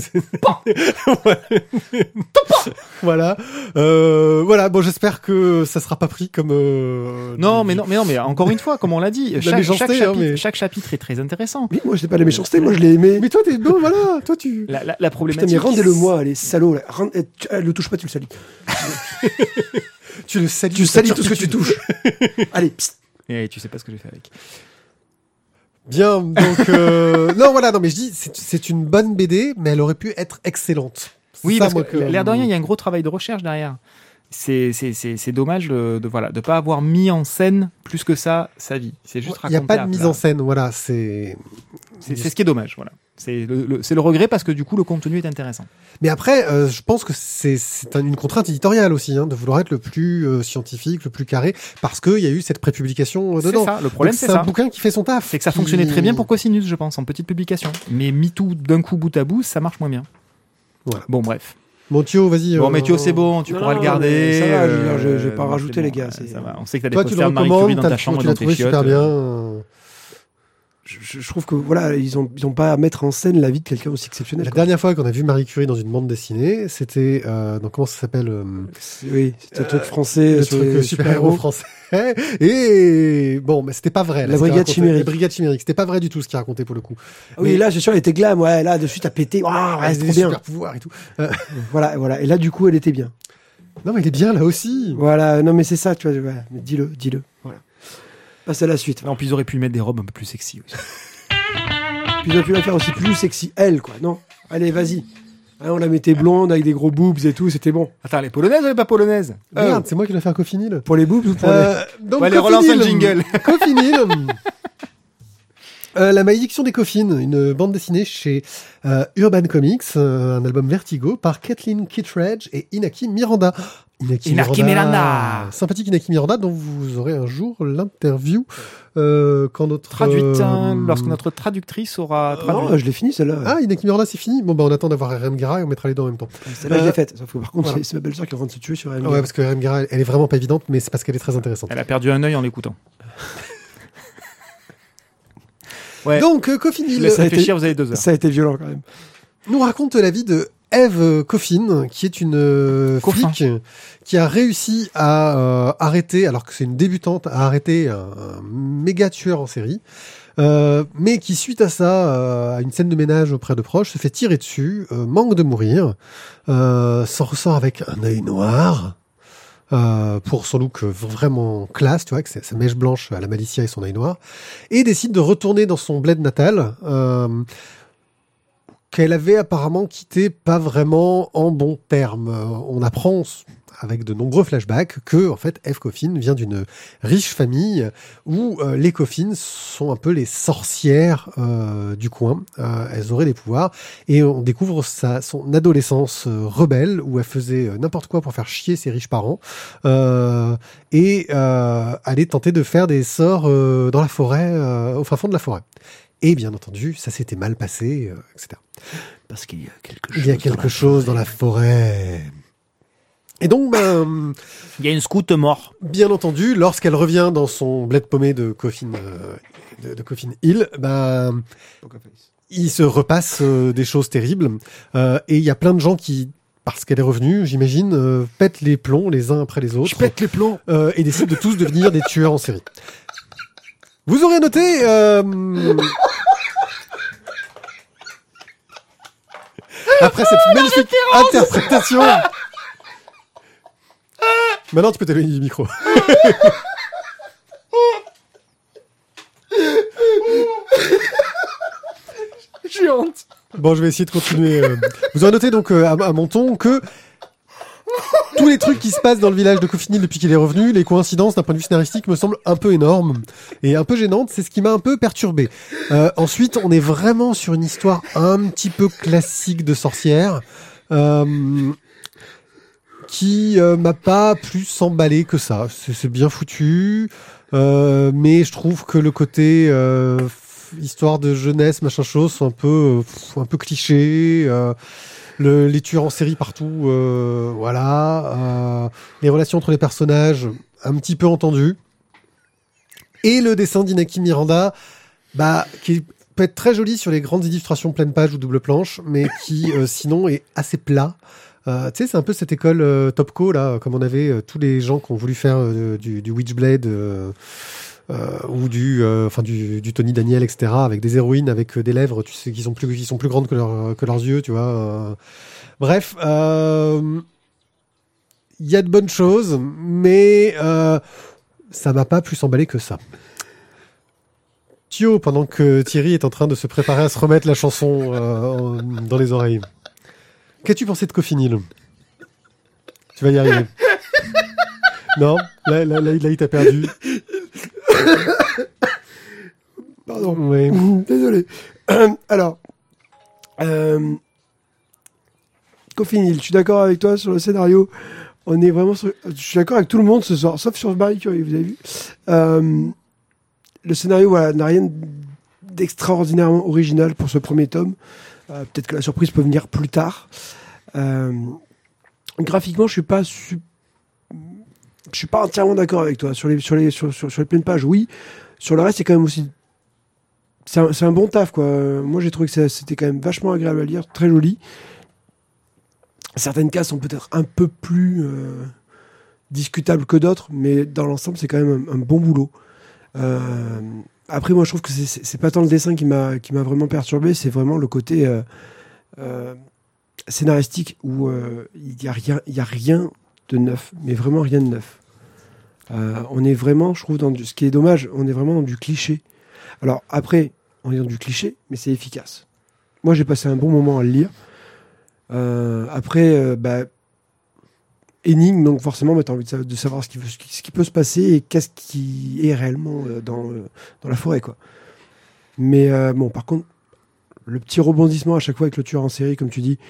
voilà. Euh, voilà. Bon, j'espère que ça sera pas pris comme. Euh, Non, du- mais non, mais non, mais encore une fois, comme on l'a dit, La chaque, méchanceté, chaque hein, chapitre, mais- chaque chapitre est très intéressant. Oui, moi, je sais pas la méchanceté. Moi, je l'ai aimé. Mais toi, t'es bon, voilà. Toi, tu. La, la, la Putain, problématique. mais rendez-le-moi, les salauds. Là. Rend- eh, tu- eh, le touche pas, tu le salis. Tu le salis. Tu salis tout ce que tu touches. Allez, psst. Et tu sais pas ce que j'ai fait avec. Bien. Donc euh... non, voilà. Non, mais je dis, c'est, c'est une bonne B D, mais elle aurait pu être excellente. C'est Oui, ça, parce moi, que l'air de rien, il y a un gros travail de recherche derrière. C'est, c'est, c'est, c'est dommage de, de voilà de pas avoir mis en scène plus que ça sa vie. C'est juste Il n'y a raconté pas à de mise plat. en scène. Voilà. C'est. C'est, c'est ce qui est dommage, voilà. C'est le, le- c'est le regret parce que du coup le contenu est intéressant. Mais après, euh, je pense que c'est, c'est un- une contrainte éditoriale aussi, hein, de vouloir être le plus euh, scientifique, le plus carré, parce qu'il y a eu cette prépublication euh, C'est dedans. ça. Le problème Donc, c'est c'est ça. un bouquin qui fait son taf. C'est que ça qui- fonctionnait très bien pour Cosinus, je pense, en petite publication. Mais mis tout d'un coup bout à bout, ça marche moins bien. Voilà. Bon, bref. Bon, Thio, vas-y. Bon, euh, mais Thio, c'est bon, tu Non, pourras non, le garder. mais ça va, je veux dire, je- je vais euh, pas bon, rajouter, c'est les bon, gars, ouais, c'est- ça va. On sait que t'as des Toi, tu le posters de Marie Curie recommandes, dans t'as ta le- chambre tu et l'as dans tes trouvé chiottes. super bien. euh. euh. Je, je- je trouve que voilà, ils ont, ils ont pas à mettre en scène la vie de quelqu'un aussi exceptionnel. La quoi. dernière fois qu'on a vu Marie Curie dans une bande dessinée, c'était euh, donc comment ça s'appelle euh, C'est- Oui, c'est un truc français le sur truc les euh, super-héros français. Et bon, mais c'était pas vrai. là, La ce qu'il Brigade racontait. Chimérique. La brigade chimérique. C'était pas vrai du tout ce qu'il racontait pour le coup. Ah oui, Mais- là, j'ai sûr, elle était glam. Ouais, là, dessus, t'as pété. Waouh, ouais, Ah, c'est des trop bien. super pouvoirs et tout. Voilà, voilà. Et là, du coup, elle était bien. Non, mais il est bien là aussi. Voilà. Non, mais c'est ça, tu vois. Ouais, mais dis-le, dis-le. Voilà. Passe à la suite. Non, puis ils auraient pu mettre des robes un peu plus sexy aussi. Puis ils auraient pu la faire aussi plus sexy, elle, quoi. Non. Allez, vas-y. Hein, on la mettait blonde avec des gros boobs et tout, c'était bon. Attends, les polonaises ou les pas polonaises Merde, c'est moi qui l'ai fait un cofinil. Pour les boobs ou pour Euh, donc, Ouais, les relance un Cofinil. jingle. Cofinil. Euh, La malédiction des coffines, une bande dessinée chez euh, Urban Comics, euh, un album Vertigo par Kathleen Kittredge et Inaki Miranda. Inaki, Inaki Miranda. Sympathique Inaki Miranda, dont vous aurez un jour l'interview euh, quand notre... Traduite, euh, hein, lorsque notre traductrice aura traduit. Non, je l'ai fini celle-là. Ah, Inaki Miranda, c'est fini. Bon, bah, on attend d'avoir R M Gara et on mettra les deux en même temps. Celle-là, je Euh, l'ai faite. Sauf que par contre, voilà. c'est, c'est ma belle-sœur qui est en train de se tuer sur R M. Ouais, parce que R M Gara, elle, elle est vraiment pas évidente, mais c'est parce qu'elle est très intéressante. Elle a perdu un œil en l'écoutant. Ouais. Donc, euh, Je Coffin vous laisse ça a été- réfléchir, vous avez deux heures. Ça a été violent quand même. nous raconte la vie de Eve Coffin, qui est une euh, Coffin. flic qui a réussi à euh, arrêter, alors que c'est une débutante, à arrêter un, un méga tueur en série, euh, mais qui, suite à ça, euh, à une scène de ménage auprès de proches, se fait tirer dessus, euh, manque de mourir, euh, s'en ressort avec un œil noir, euh, pour son look vraiment classe, tu vois, avec sa, sa mèche blanche à la Malicia et son œil noir, et décide de retourner dans son bled natal, euh, qu'elle avait apparemment quitté pas vraiment en bons termes. Euh, On apprend avec de nombreux flashbacks que en fait Eve Coffin vient d'une riche famille où euh, les Coffins sont un peu les sorcières euh, du coin. Euh, elles auraient des pouvoirs et on découvre sa, son adolescence euh, rebelle où elle faisait euh, n'importe quoi pour faire chier ses riches parents euh, et euh, allait tenter de faire des sorts euh, dans la forêt, euh, au fin fond de la forêt. Et bien entendu, ça s'était mal passé, euh, et cetera. Parce qu'il y a quelque chose. Il y a quelque chose dans la forêt. Et donc, ben, Il y a une scout mort. bien entendu, lorsqu'elle revient dans son bled paumé de Coffin, euh, de, de Coffin Hill, ben, il se repasse euh, des choses terribles. Euh, et il y a plein de gens qui, parce qu'elle est revenue, j'imagine, euh, pètent les plombs les uns après les autres. Je pète les plombs. euh, et décident de tous devenir des tueurs en série. Vous aurez noté... Euh, après cette magnifique interprétation... Maintenant, tu peux t'éloigner du micro. J'ai honte. Bon, je vais essayer de continuer. euh. Vous aurez noté donc euh, à, à mon ton que tous les trucs qui se passent dans le village de Coffin Hill depuis qu'il est revenu, les coïncidences d'un point de vue scénaristique me semblent un peu énormes et un peu gênantes. C'est ce qui m'a un peu perturbé. Euh, ensuite, on est vraiment sur une histoire un petit peu classique de sorcière. Euh, qui euh, m'a pas plus emballé que ça. C'est, c'est bien foutu, euh, mais je trouve que le côté euh, f- histoire de jeunesse, machin chose, sont un peu, euh, un peu cliché. Euh, le, les tueurs en série partout, euh, voilà. Euh, les relations entre les personnages, un petit peu entendues. Et le dessin d'Inaki Miranda, bah, qui peut être très joli sur les grandes illustrations pleine page ou double planche, mais qui euh, sinon est assez plat. Euh, tu sais, c'est un peu cette école euh, Topco, là, comme on avait euh, tous les gens qui ont voulu faire euh, du, du Witchblade euh, euh, ou du, euh, enfin du, du Tony Daniel, et cetera, avec des héroïnes avec euh, des lèvres, tu sais, qui sont plus, qui sont plus grandes que, leur, que leurs yeux, tu vois. Euh. Bref, euh, il y a de bonnes choses, mais euh, ça m'a pas plus emballé que ça. Thio, pendant que Thierry est en train de se préparer à se remettre la chanson euh, en- dans les oreilles. Qu'as-tu pensé de Coffin Hill ? Tu vas y arriver. Non ? Là, là, là, là, il t'a perdu. Pardon. Oui. Désolé. Alors, euh, Coffin Hill, je suis d'accord avec toi sur le scénario. On est vraiment sur... Je suis d'accord avec tout le monde ce soir, sauf sur Marie Curie, vous avez vu. Euh, le scénario, voilà, n'a rien d'extraordinairement original pour ce premier tome. Euh, peut-être que la surprise peut venir plus tard. Euh, graphiquement, je suis pas su... je suis pas entièrement d'accord avec toi sur les sur les sur, sur, sur les pleines pages. Oui, sur le reste, c'est quand même aussi c'est un, c'est un bon taf, quoi. Moi, j'ai trouvé que ça, c'était quand même vachement agréable à lire, très joli. Certaines cases sont peut-être un peu plus euh, discutables que d'autres, mais dans l'ensemble, c'est quand même un, un bon boulot. Euh, après, moi, je trouve que c'est, c'est, c'est pas tant le dessin qui m'a qui m'a vraiment perturbé, c'est vraiment le côté euh, euh, scénaristique où euh, il y a rien, il y a rien de neuf, mais vraiment rien de neuf. Euh, on est vraiment, je trouve, dans du, ce qui est dommage, on est vraiment dans du cliché. Alors après, on est dans du cliché, mais c'est efficace. Moi, j'ai passé un bon moment à le lire. Euh, après, euh, bah, énigme, donc forcément, bah, t'as envie de, sa- de savoir ce qui, ce, qui, ce qui peut se passer et qu'est-ce qui est réellement euh, dans, euh, dans la forêt, quoi. Mais euh, bon, par contre, le petit rebondissement à chaque fois avec le tueur en série, comme tu dis,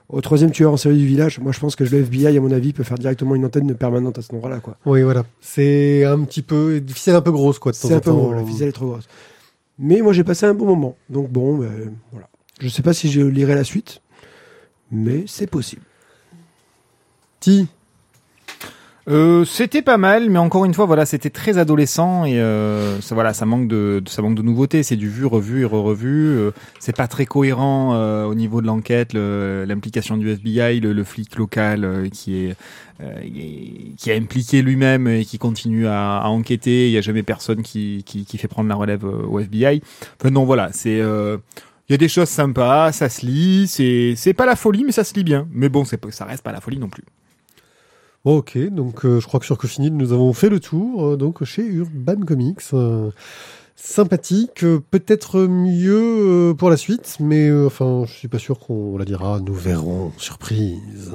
au troisième tueur en série du village. Moi, je pense que le F B I, à mon avis, peut faire directement une antenne permanente à cet endroit-là, quoi. Oui, voilà. C'est un petit peu, une ficelle un peu grosse, quoi, de temps C'est en un peu temps. gros, la ficelle est trop grosse. Mais moi, j'ai passé un bon moment. Donc bon, ben, voilà. Je sais pas si je lirai la suite, mais c'est possible. Ti. Euh, c'était pas mal, mais encore une fois, voilà, c'était très adolescent et euh, ça, voilà, ça manque de, ça manque de nouveauté. C'est du vu, revu et re-revu. Euh, c'est pas très cohérent euh, au niveau de l'enquête, le, l'implication du F B I, le, le flic local euh, qui est, euh, qui est impliqué lui-même et qui continue à, à enquêter. Il y a jamais personne qui, qui, qui fait prendre la relève au F B I. Enfin non, voilà, c'est. Euh, il y a des choses sympas, ça se lit. C'est, c'est pas la folie, mais ça se lit bien. Mais bon, c'est, ça reste pas la folie non plus. Bon, ok, donc euh, je crois que sur Cofinid, nous avons fait le tour, euh, donc chez Urban Comics. Euh, sympathique, euh, peut-être mieux euh, pour la suite, mais euh, enfin, je suis pas sûr qu'on la dira, nous verrons, surprise.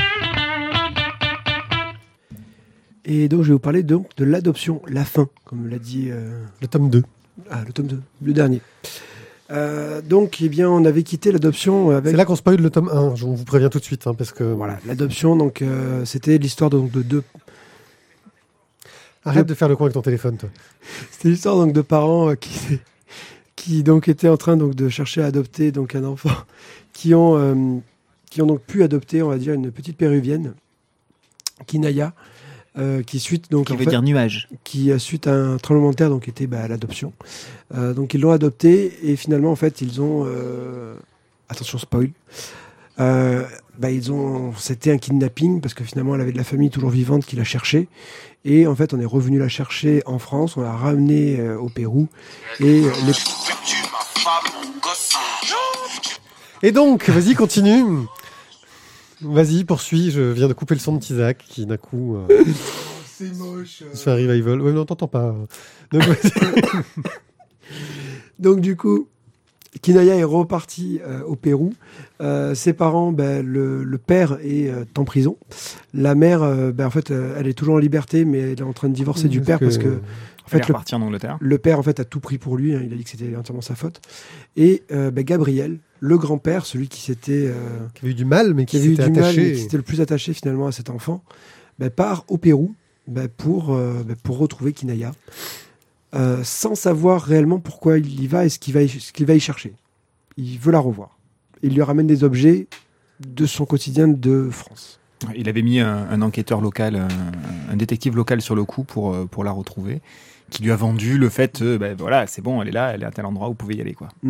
Et donc, je vais vous parler donc de l'adoption, la fin, comme l'a dit... Euh... Le tome deux. Ah, le tome deux, le dernier. Euh, donc, eh bien, on avait quitté l'adoption avec... C'est là qu'on spoil le tome un, je vous préviens tout de suite, hein, parce que... Voilà, l'adoption, donc, euh, c'était l'histoire donc, de deux... Arrête de faire le coin avec ton téléphone, toi. C'était l'histoire donc, de parents euh, qui, qui donc, étaient en train donc, de chercher à adopter donc, un enfant, qui ont, euh, qui ont donc pu adopter, on va dire, une petite péruvienne, Kinaya, Euh, qui suite donc qui en veut fait, dire nuage. qui suite à un tremblement de terre donc était bah, à l'adoption. Euh, donc ils l'ont adopté et finalement en fait ils ont euh, attention spoil. Euh, bah, ils ont c'était un kidnapping parce que finalement elle avait de la famille toujours vivante qui la cherchait et en fait on est revenu la chercher en France, on l'a ramenée euh, au Pérou et euh, les... Et donc, vas-y, continue. Vas-y, poursuis, je viens de couper le son de Tizak qui d'un coup euh, c'est moche. Euh... se fait un revival. Ouais, non, t'entends pas. Donc, Donc du coup, Kinaya est reparti euh, au Pérou. Euh, ses parents, ben, le, le père est euh, en prison. La mère, euh, ben, en fait, euh, elle est toujours en liberté, mais elle est en train de divorcer du père que... parce que en fait, il est reparti en Angleterre. Le père, en fait, a tout pris pour lui. Hein, il a dit que c'était entièrement sa faute. Et euh, ben, Gabriel, le grand-père, celui qui s'était... Euh, qui avait eu du mal, mais qui, qui avait eu s'était du attaché. mal, mais qui s'était le plus attaché finalement à cet enfant, ben, part au Pérou ben, pour, euh, ben, pour retrouver Kinaya, euh, sans savoir réellement pourquoi il y va et ce qu'il va y, ce qu'il va y chercher. Il veut la revoir. Il lui ramène des objets de son quotidien de France. Il avait mis un, un enquêteur local, un, un détective local sur le coup pour, pour la retrouver, qui lui a vendu le fait, euh, ben voilà, c'est bon, elle est là, elle est à tel endroit, vous pouvez y aller, quoi. Mm.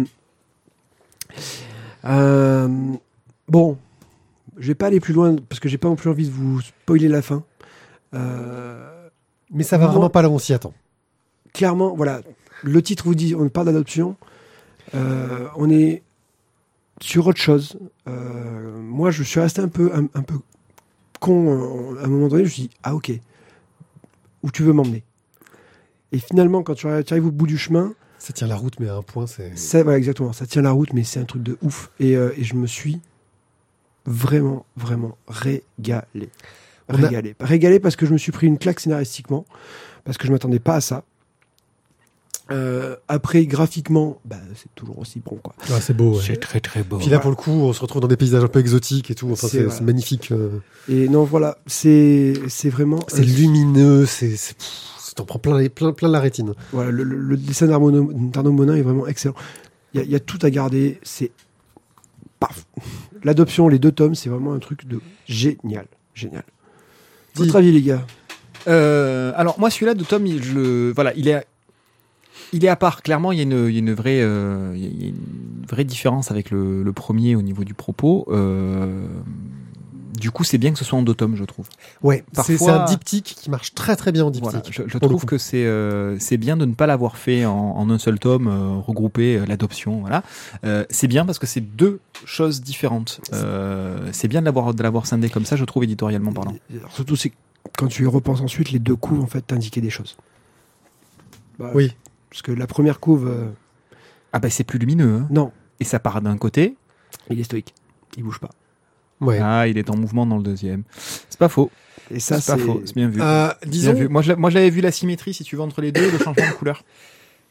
Euh, bon, je vais pas aller plus loin parce que j'ai pas non plus envie de vous spoiler la fin. Euh, mais ça va moi, vraiment pas là où on s'y attend. Clairement, voilà, le titre vous dit, on parle d'adoption, euh, on est sur autre chose. Euh, moi, je suis resté un peu, un, un peu con à un moment donné. Je me suis dit, ah ok, où tu veux m'emmener? Et finalement, quand tu arrives au bout du chemin, ça tient la route, mais à un point, c'est... c'est voilà, exactement, ça tient la route, mais c'est un truc de ouf. Et, euh, et je me suis vraiment, vraiment régalé. Régalé. A... Régalé parce que je me suis pris une claque scénaristiquement, parce que je m'attendais pas à ça. Euh, après, graphiquement, bah, c'est toujours aussi bon, quoi. Ah, c'est beau, ouais. C'est très, très beau. Puis là, pour le coup, on se retrouve dans des paysages un peu exotiques et tout. Enfin, c'est, c'est, voilà. c'est magnifique. Euh... Et non, voilà, c'est, c'est vraiment... C'est euh, lumineux, c'est... c'est... T'en prends plein, plein, plein la rétine. Voilà, le, le, le dessin d'Arnaud, d'Arnaud Monin est vraiment excellent. Il y, y a tout à garder. C'est paf. L'adoption, les deux tomes, c'est vraiment un truc de génial, génial. Votre Dis. avis, les gars? euh, Alors moi, celui-là de Tom, il, je, voilà, il est, il est à part. Clairement, il y a une, il y a une vraie, euh, il y a une vraie différence avec le, le premier au niveau du propos. Euh, Du coup, c'est bien que ce soit en deux tomes, je trouve. Ouais, Parfois, c'est, c'est un diptyque qui marche très très bien en diptyque. Voilà, je je trouve que c'est euh, c'est bien de ne pas l'avoir fait en, en un seul tome, euh, regrouper euh, l'adoption, voilà. Euh, c'est bien parce que c'est deux choses différentes. Euh, c'est bien de l'avoir de l'avoir scindé comme ça, je trouve, éditorialement parlant. Alors, surtout, c'est quand tu y repenses ensuite, les deux couves en fait t'indiquaient des choses. Bah, oui, parce que la première couve. Euh... Ah bah c'est plus lumineux. Hein. Non. Et ça part d'un côté. Il est stoïque. Il bouge pas. Ouais. Ah, il est en mouvement dans le deuxième. C'est pas faux. Et ça, c'est, c'est pas faux. C'est bien vu. Euh, disons... bien vu. Moi, je, moi, je l'avais vu la symétrie, si tu veux, entre les deux, le changement de couleur.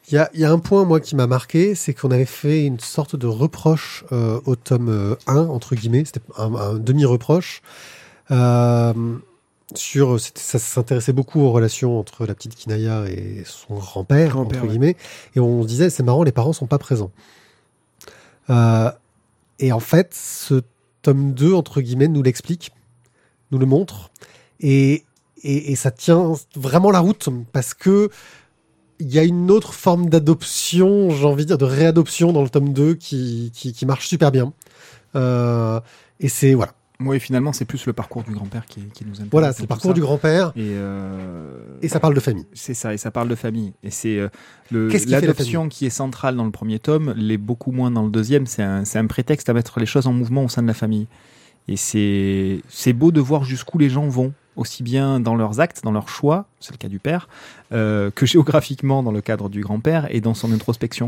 Il y a, il y a un point, moi, qui m'a marqué, c'est qu'on avait fait une sorte de reproche euh, au tome euh, un, entre guillemets, c'était un, un demi-reproche, euh, sur, ça s'intéressait beaucoup aux relations entre la petite Kinaya et son grand-père, Grand-père, entre ouais. guillemets, et on se disait, c'est marrant, les parents sont pas présents. Euh, et en fait, ce tome deux, entre guillemets, nous l'explique, nous le montre, et, et, et ça tient vraiment la route, parce que il y a une autre forme d'adoption, j'ai envie de dire, de réadoption dans le tome deux qui, qui, qui marche super bien. Euh, et c'est, voilà. Oui, finalement, c'est plus le parcours du grand-père qui, qui nous intéresse. Voilà, c'est dans le tout parcours ça. du grand-père, Et, euh... et ça parle de famille. C'est ça, et ça parle de famille. Et c'est euh, le, Qu'est-ce qui fait la l'adoption qui est centrale dans le premier tome, l'est beaucoup moins dans le deuxième. C'est un, c'est un prétexte à mettre les choses en mouvement au sein de la famille. Et c'est, c'est beau de voir jusqu'où les gens vont, aussi bien dans leurs actes, dans leurs choix, c'est le cas du père, euh, que géographiquement dans le cadre du grand-père et dans son introspection.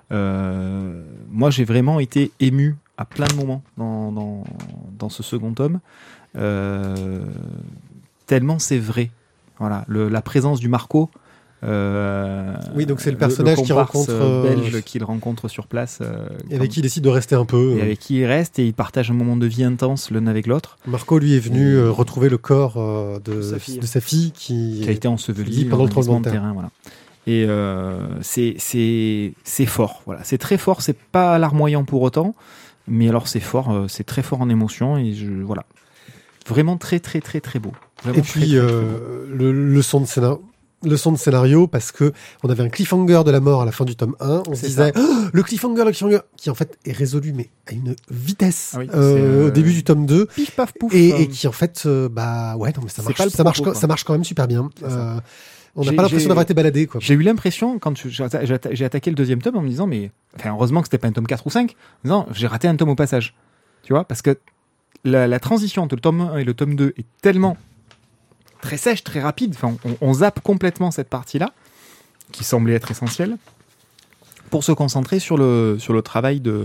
Euh, moi, j'ai vraiment été ému à plein de moments dans, dans, dans ce second tome, euh, tellement c'est vrai. Voilà, le, la présence du Marco. Euh, Oui, donc c'est le personnage le qui comparse rencontre, euh, belge qu'il rencontre sur place, euh, Et avec qui il décide de rester un peu. et avec qui il reste et ils partagent un moment de vie intense l'un avec l'autre, Marco, lui, est venu Et- euh, retrouver le corps euh, de, De sa fille. de sa fille qui, qui a été enseveli dit pendant le tremblement de terrain. Voilà. Et euh, c'est c'est c'est fort. Voilà, c'est très fort. C'est pas larmoyant pour autant, mais alors c'est fort. euh, C'est très fort en émotion et je voilà, vraiment très très très très beau. Vraiment Et très, puis très, très euh, le, le son de scénario. Le son de scénario, parce que on avait un cliffhanger de la mort à la fin du tome un. On se C'est disait, oh, le cliffhanger, le cliffhanger, qui en fait est résolu, mais à une vitesse Ah oui, euh, c'est, euh, au début du tome deux. beau. Pif paf pouf. Et, euh, et qui en fait, euh, bah ouais, non, mais ça C'est marche, pas le ça, marche, propos, quoi. ça marche quand même super bien. C'est ça. Euh, on n'a J'ai- pas l'impression j'ai- d'avoir été baladé, quoi. J'ai eu l'impression, quand je- j'ai atta- j'ai atta- j'ai attaqué le deuxième tome en me disant, mais enfin, heureusement que c'était pas un tome quatre ou cinq, en disant, j'ai raté un tome au passage. Tu vois, parce que la, la transition entre le tome un et le tome deux est tellement très sèche, très rapide, enfin, on, on zappe complètement cette partie-là, qui semblait être essentielle, pour se concentrer sur le, sur le travail de,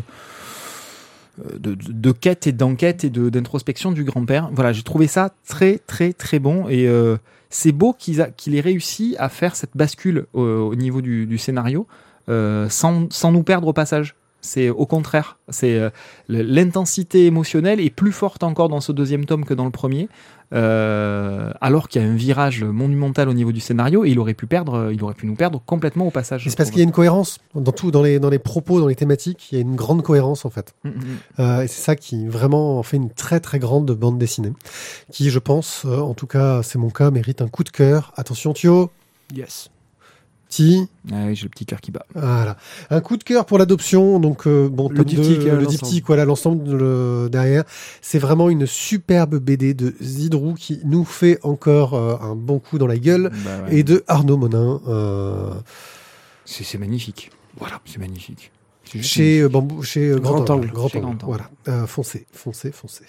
de, de, de quête et d'enquête et de, d'introspection du grand-père. Voilà, j'ai trouvé ça très, très, très bon, et euh, c'est beau qu'ils a- qu'il ait réussi à faire cette bascule au, au niveau du, du scénario euh, sans, sans nous perdre au passage. C'est au contraire, c'est euh, le- l'intensité émotionnelle est plus forte encore dans ce deuxième tome que dans le premier, euh, alors qu'il y a un virage monumental au niveau du scénario et il aurait pu perdre, il aurait pu nous perdre complètement au passage. Mais c'est parce qu'il y a une cohérence dans tout, dans les, dans les propos, dans les thématiques, il y a une grande cohérence, en fait. Mm, mm, mm. Euh, et c'est ça qui vraiment en fait une très très grande bande dessinée, qui, je pense, euh, en tout cas, c'est mon cas, mérite un coup de cœur. Attention, Thio, Yes. petit. Ah oui, j'ai le petit cœur qui bat. Voilà. Un coup de cœur pour l'adoption. Donc, euh, bon, Le tome diptyque, deux, euh, le l'ensemble. diptyque, voilà, l'ensemble le- derrière. C'est vraiment une superbe B D de Zidrou qui nous fait encore euh, un bon coup dans la gueule. Bah ouais. Et de Arnaud Monin, euh, C'est c'est magnifique. Voilà, c'est magnifique. C'est juste chez, euh, Bambou, chez euh, Grand, Grand Angle. Angle. Grand Chez Angle, Grand Angle. Voilà. Euh, foncez, foncez, foncez.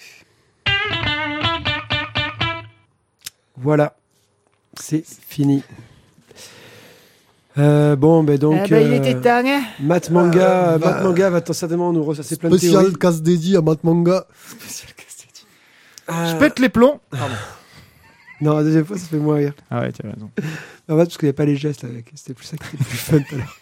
Voilà. C'est fini. Euh, bon, ben donc. Ah bah, il euh, était temps, hein. Matt Manga, Euh, Matt bah, Manga va t- certainement nous ressasser plein de Spécial théories. casse dédié à Matt Manga. Ah, Je pète les plombs. Pardon. Non, la deuxième fois, ça fait moins rire. Ah ouais, tu as raison. En fait, parce qu'il n'y a pas les gestes avec. C'était plus ça qui était plus fun tout à l'heure.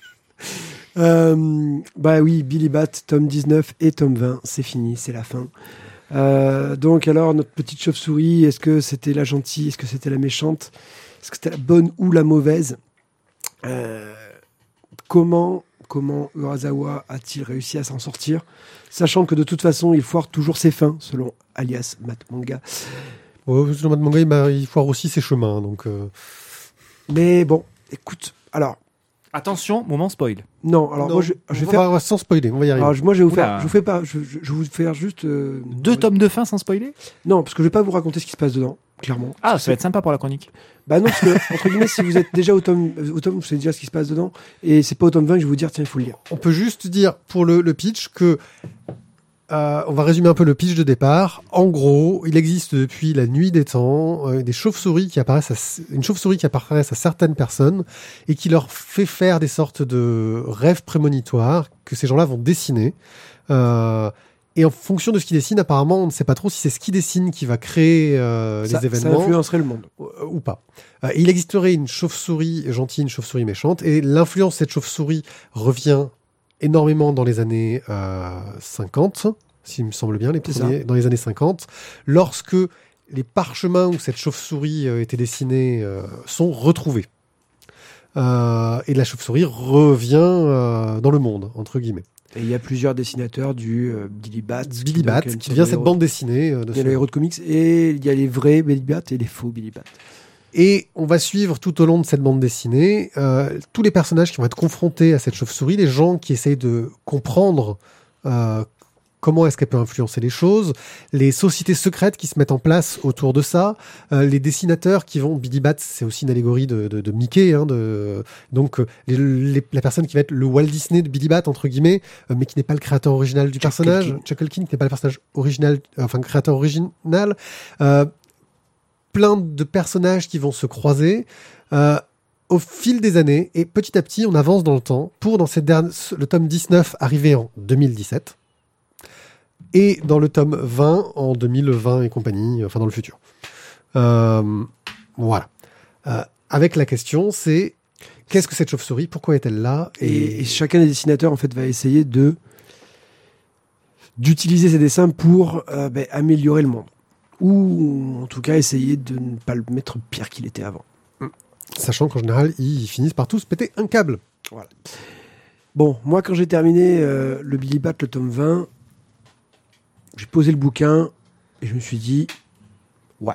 Euh, bah oui, Billy Bat, tome dix-neuf et tome vingt, c'est fini, c'est la fin. Euh, donc alors, notre petite chauve-souris, est-ce que c'était la gentille, est-ce que c'était la méchante, est-ce que c'était la bonne ou la mauvaise? Euh, Comment, comment Urasawa a-t-il réussi à s'en sortir, sachant que de toute façon, il foire toujours ses fins, selon alias Matt Manga. Ouais, selon Matt Manga, il, m'a- il foire aussi ses chemins. Donc, euh, Mais bon, écoute, alors, Attention, moment spoil. non, alors non, moi, je, je vais on faire... va- sans spoiler, on va y arriver. Alors, je- moi, je vais vous Oula. faire, je vous fais pas, je, je, je vais vous faire juste euh, Deux tomes de fin sans spoiler. Non, parce que je vais pas vous raconter ce qui se passe dedans, clairement. Ah, ça va être sympa pour la chronique. Bah non, parce que entre guillemets, si vous êtes déjà au tome, au tome, vous savez déjà ce qui se passe dedans, et c'est pas au tome vingt que je vais vous dire, tiens, il faut le lire. On peut juste dire pour le, le pitch que euh, on va résumer un peu le pitch de départ. En gros, il existe depuis la nuit des temps euh, des chauves-souris qui apparaissent, à, une chauve-souris qui apparaissent à certaines personnes et qui leur fait faire des sortes de rêves prémonitoires que ces gens-là vont dessiner. Euh, Et en fonction de ce qu'il dessine, apparemment, on ne sait pas trop si c'est ce qu'il dessine qui va créer euh, ça, les événements. Ça influencerait le monde. Ou, ou pas. Euh, il existerait une chauve-souris gentille, une chauve-souris méchante, et l'influence de cette chauve-souris revient énormément dans les années euh, cinquante, s'il me semble bien, les premiers, dans les années cinquante, lorsque les parchemins où cette chauve-souris euh, était dessinée euh, sont retrouvés. Euh, et la chauve-souris revient euh, dans le monde, entre guillemets. Et il y a plusieurs dessinateurs du euh, Billy Bat. Billy Bat, qui, qui devient cette bande dessinée. Euh, de il y a le héros de comics et il y a les vrais Billy Bat et les faux Billy Bat. Et on va suivre tout au long de cette bande dessinée euh, tous les personnages qui vont être confrontés à cette chauve-souris, les gens qui essayent de comprendre euh, comment est-ce qu'elle peut influencer les choses, les sociétés secrètes qui se mettent en place autour de ça, euh, les dessinateurs qui vont... Billy Bat, c'est aussi une allégorie de, de, de Mickey, hein, de, donc euh, les, les, la personne qui va être le Walt Disney de Billy Bat, entre guillemets, euh, mais qui n'est pas le créateur original du Chuck personnage, Culkin. Chuck Culkin, qui n'est pas le personnage original, euh, enfin le créateur original, euh, plein de personnages qui vont se croiser euh, au fil des années, et petit à petit, on avance dans le temps, pour dans cette dernière, le tome dix-neuf arriver en deux mille dix-sept, et dans le tome vingt en deux mille vingt et compagnie, enfin dans le futur. Euh, voilà. Euh, avec la question, c'est qu'est-ce que cette chauve-souris? Pourquoi est-elle là? et... Et, et chacun des dessinateurs en fait va essayer de d'utiliser ses dessins pour euh, ben, améliorer le monde, ou en tout cas essayer de ne pas le mettre pire qu'il était avant. Sachant qu'en général, ils finissent par tous péter un câble. Voilà. Bon, moi quand j'ai terminé euh, le Billy Bat, le tome vingt, j'ai posé le bouquin et je me suis dit, ouais,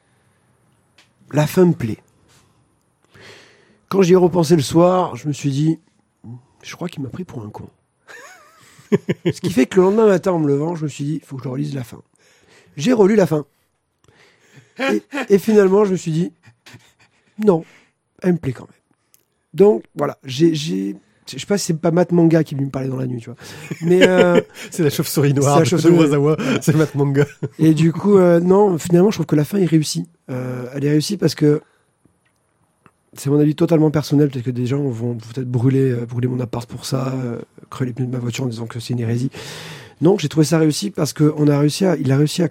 la fin me plaît. Quand j'y ai repensé le soir, je me suis dit, je crois qu'il m'a pris pour un con. Ce qui fait que le lendemain matin, en me levant, je me suis dit, il faut que je relise la fin. J'ai relu la fin. Et, et finalement, je me suis dit, non, elle me plaît quand même. Donc, voilà, j'ai... j'ai je sais pas si c'est pas Matt Manga qui lui me parlait dans la nuit, tu vois. Mais euh, c'est la chauve-souris noire c'est la de chauve-souris... Urasawa, c'est Matt Manga. Et du coup, euh, non, finalement, je trouve que la fin est réussie. Euh, elle est réussie parce que c'est mon avis totalement personnel. Peut-être que des gens vont peut-être brûler, euh, brûler mon appart pour ça, euh, crever les pneus de ma voiture en disant que c'est une hérésie. Non, j'ai trouvé ça réussi parce que on a réussi à, il a réussi à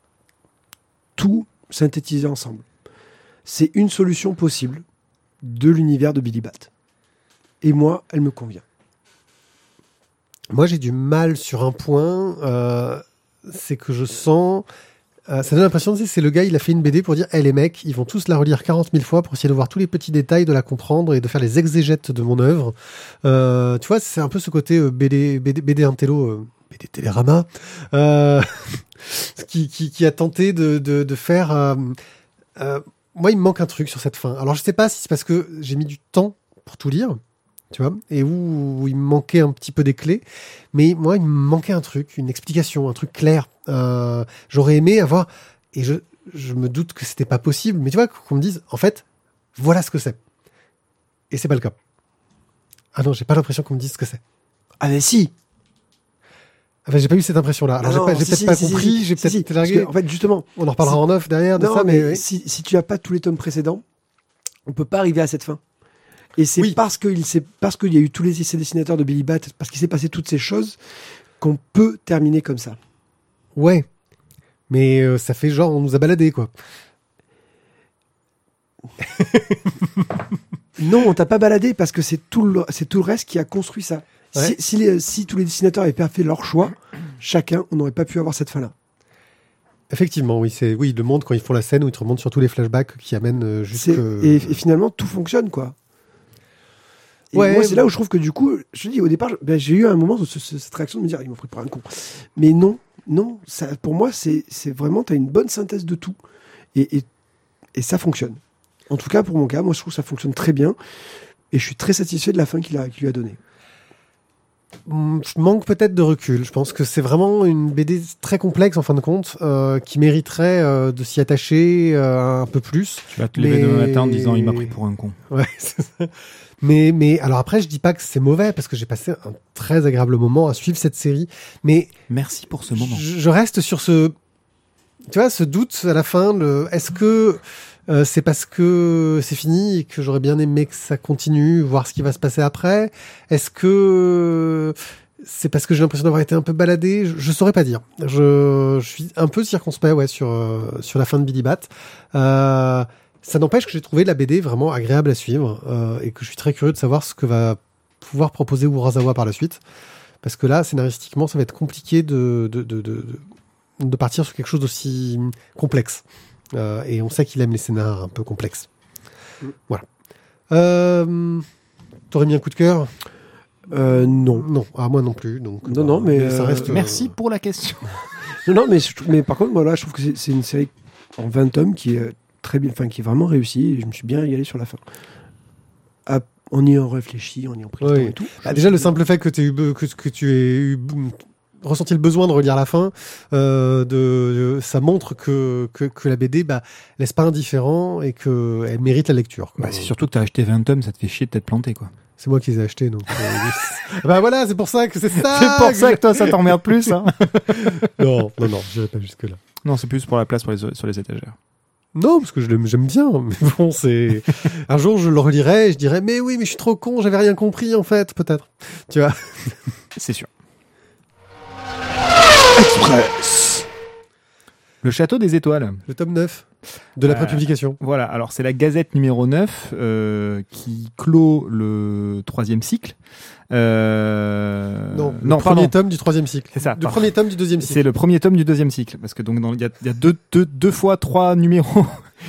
tout synthétiser ensemble. C'est une solution possible de l'univers de Billy Bat. Et moi, elle me convient. Moi, j'ai du mal sur un point. Euh, c'est que je sens... Euh, ça donne l'impression, tu sais, c'est le gars, il a fait une B D pour dire hey, les mecs, ils vont tous la relire quarante mille fois pour essayer de voir tous les petits détails, de la comprendre et de faire les exégètes de mon œuvre. Euh, tu vois, c'est un peu ce côté euh, B D, B D, B D Intello, euh, B D Télérama, euh, qui, qui, qui a tenté de, de, de faire... Euh, euh, moi, il me manque un truc sur cette fin. Alors, je sais pas si c'est parce que j'ai mis du temps pour tout lire, tu vois, et où, où il me manquait un petit peu des clés. Mais moi, il me manquait un truc, une explication, un truc clair. Euh, j'aurais aimé avoir, et je, je me doute que c'était pas possible, mais tu vois, qu'on me dise, en fait, voilà ce que c'est. Et c'est pas le cas. Ah non, j'ai pas l'impression qu'on me dise ce que c'est. Ah mais si. Enfin, j'ai pas eu cette impression-là. Alors, non, j'ai, pas, j'ai si, peut-être si, pas si, compris, si, j'ai si, peut-être si, été largué. En fait, justement, on en reparlera si, en off derrière de non, ça, mais, mais oui. si, si tu as pas tous les tomes précédents, on peut pas arriver à cette fin. Et c'est Oui. parce qu'il s'est, parce qu'il y a eu tous les ces dessinateurs de Billy Bat, parce qu'il s'est passé toutes ces choses, qu'on peut terminer comme ça. Ouais. Mais euh, ça fait genre, on nous a baladé, quoi. Non, on t'a pas baladé parce que c'est tout le, c'est tout le reste qui a construit ça. Ouais. Si, si, les, si tous les dessinateurs avaient pas fait leur choix, chacun, on n'aurait pas pu avoir cette fin-là. Effectivement, oui, c'est oui, le monde quand ils font la scène où ils te remontent sur tous les flashbacks qui amènent euh, jusque. C'est- Et, et finalement, tout fonctionne, quoi. Et Ouais, moi, c'est ouais. là où je trouve que du coup, je te dis, au départ, ben, j'ai eu un moment de ce- ce- cette réaction de me dire, ils m'ont pris pour un con. Mais non, non, ça, pour moi, c'est c'est vraiment, tu as une bonne synthèse de tout. Et, et, et ça fonctionne. En tout cas, pour mon cas, moi, je trouve que ça fonctionne très bien. Et je suis très satisfait de la fin qu'il a, qu'il lui a donnée. Hum, Je manque peut-être de recul. Je pense que c'est vraiment une B D très complexe en fin de compte, euh, qui mériterait euh, de s'y attacher euh, un peu plus. Tu vas te lever Mais- demain matin en disant il m'a pris pour un con. Ouais, c'est ça. Mais, mais alors après, je dis pas que c'est mauvais parce que j'ai passé un très agréable moment à suivre cette série. Mais Merci pour ce moment. je, je reste sur ce, tu vois, ce doute à la fin. Le, est-ce que euh, c'est parce que c'est fini et que j'aurais bien aimé que ça continue, voir ce qui va se passer après? Est-ce que c'est parce que j'ai l'impression d'avoir été un peu baladé. Je, je saurais pas dire. Je, je suis un peu circonspect, ouais, sur euh, sur la fin de Billy Bat. Euh, ça n'empêche que j'ai trouvé la B D vraiment agréable à suivre euh, et que je suis très curieux de savoir ce que va pouvoir proposer Urasawa par la suite. Parce que là, scénaristiquement, ça va être compliqué de de de de, de partir sur quelque chose d'aussi complexe. Euh, et on sait qu'il aime les scénars un peu complexes. Mm. Voilà. Euh, T'aurais mis un coup de cœur? Euh, non. Non, ah, moi non plus. Donc, non, bah, non, mais, ça reste. euh, Merci pour la question. non, non, mais, je, mais par contre, voilà, je trouve que c'est, c'est une série en vingt tomes qui est très bien, enfin, qui est vraiment réussie. Et je me suis bien régalé sur la fin. À, en y ayant réfléchi, en y ayant pris le oui. temps et tout. Bah, déjà, le simple fait que, t'aies eu, be- que, que tu aies eu ressenti le besoin de relire la fin, euh, de, de, ça montre que, que, que la B D bah, laisse pas indifférent et qu'elle mérite la lecture. Quoi. Bah, c'est surtout que t'as acheté vingt tomes, ça te fait chier de t'être planté, quoi. C'est moi qui les ai achetés, donc. Euh, bah voilà, c'est pour ça que c'est ça. C'est pour ça que toi, ça t'emmerde plus, hein. Non, non, non, j'irai pas jusque là. Non, c'est plus pour la place pour les, sur les étagères. Non, parce que je l'aime, j'aime bien, mais bon, c'est... Un jour, je le relirai et je dirais, mais oui, mais je suis trop con, j'avais rien compris, en fait, peut-être. Tu vois. C'est sûr. Express. Le Château des Étoiles. Le tome neuf de la Euh, prépublication. Voilà, alors c'est la Gazette numéro neuf euh, qui clôt le troisième cycle. Euh... Non, le non premier pardon. tome du troisième cycle. C'est ça, Le pardon. premier tome du deuxième cycle. C'est le premier tome du deuxième cycle, parce que donc dans- il y a, il y a deux, deux, deux fois trois numéros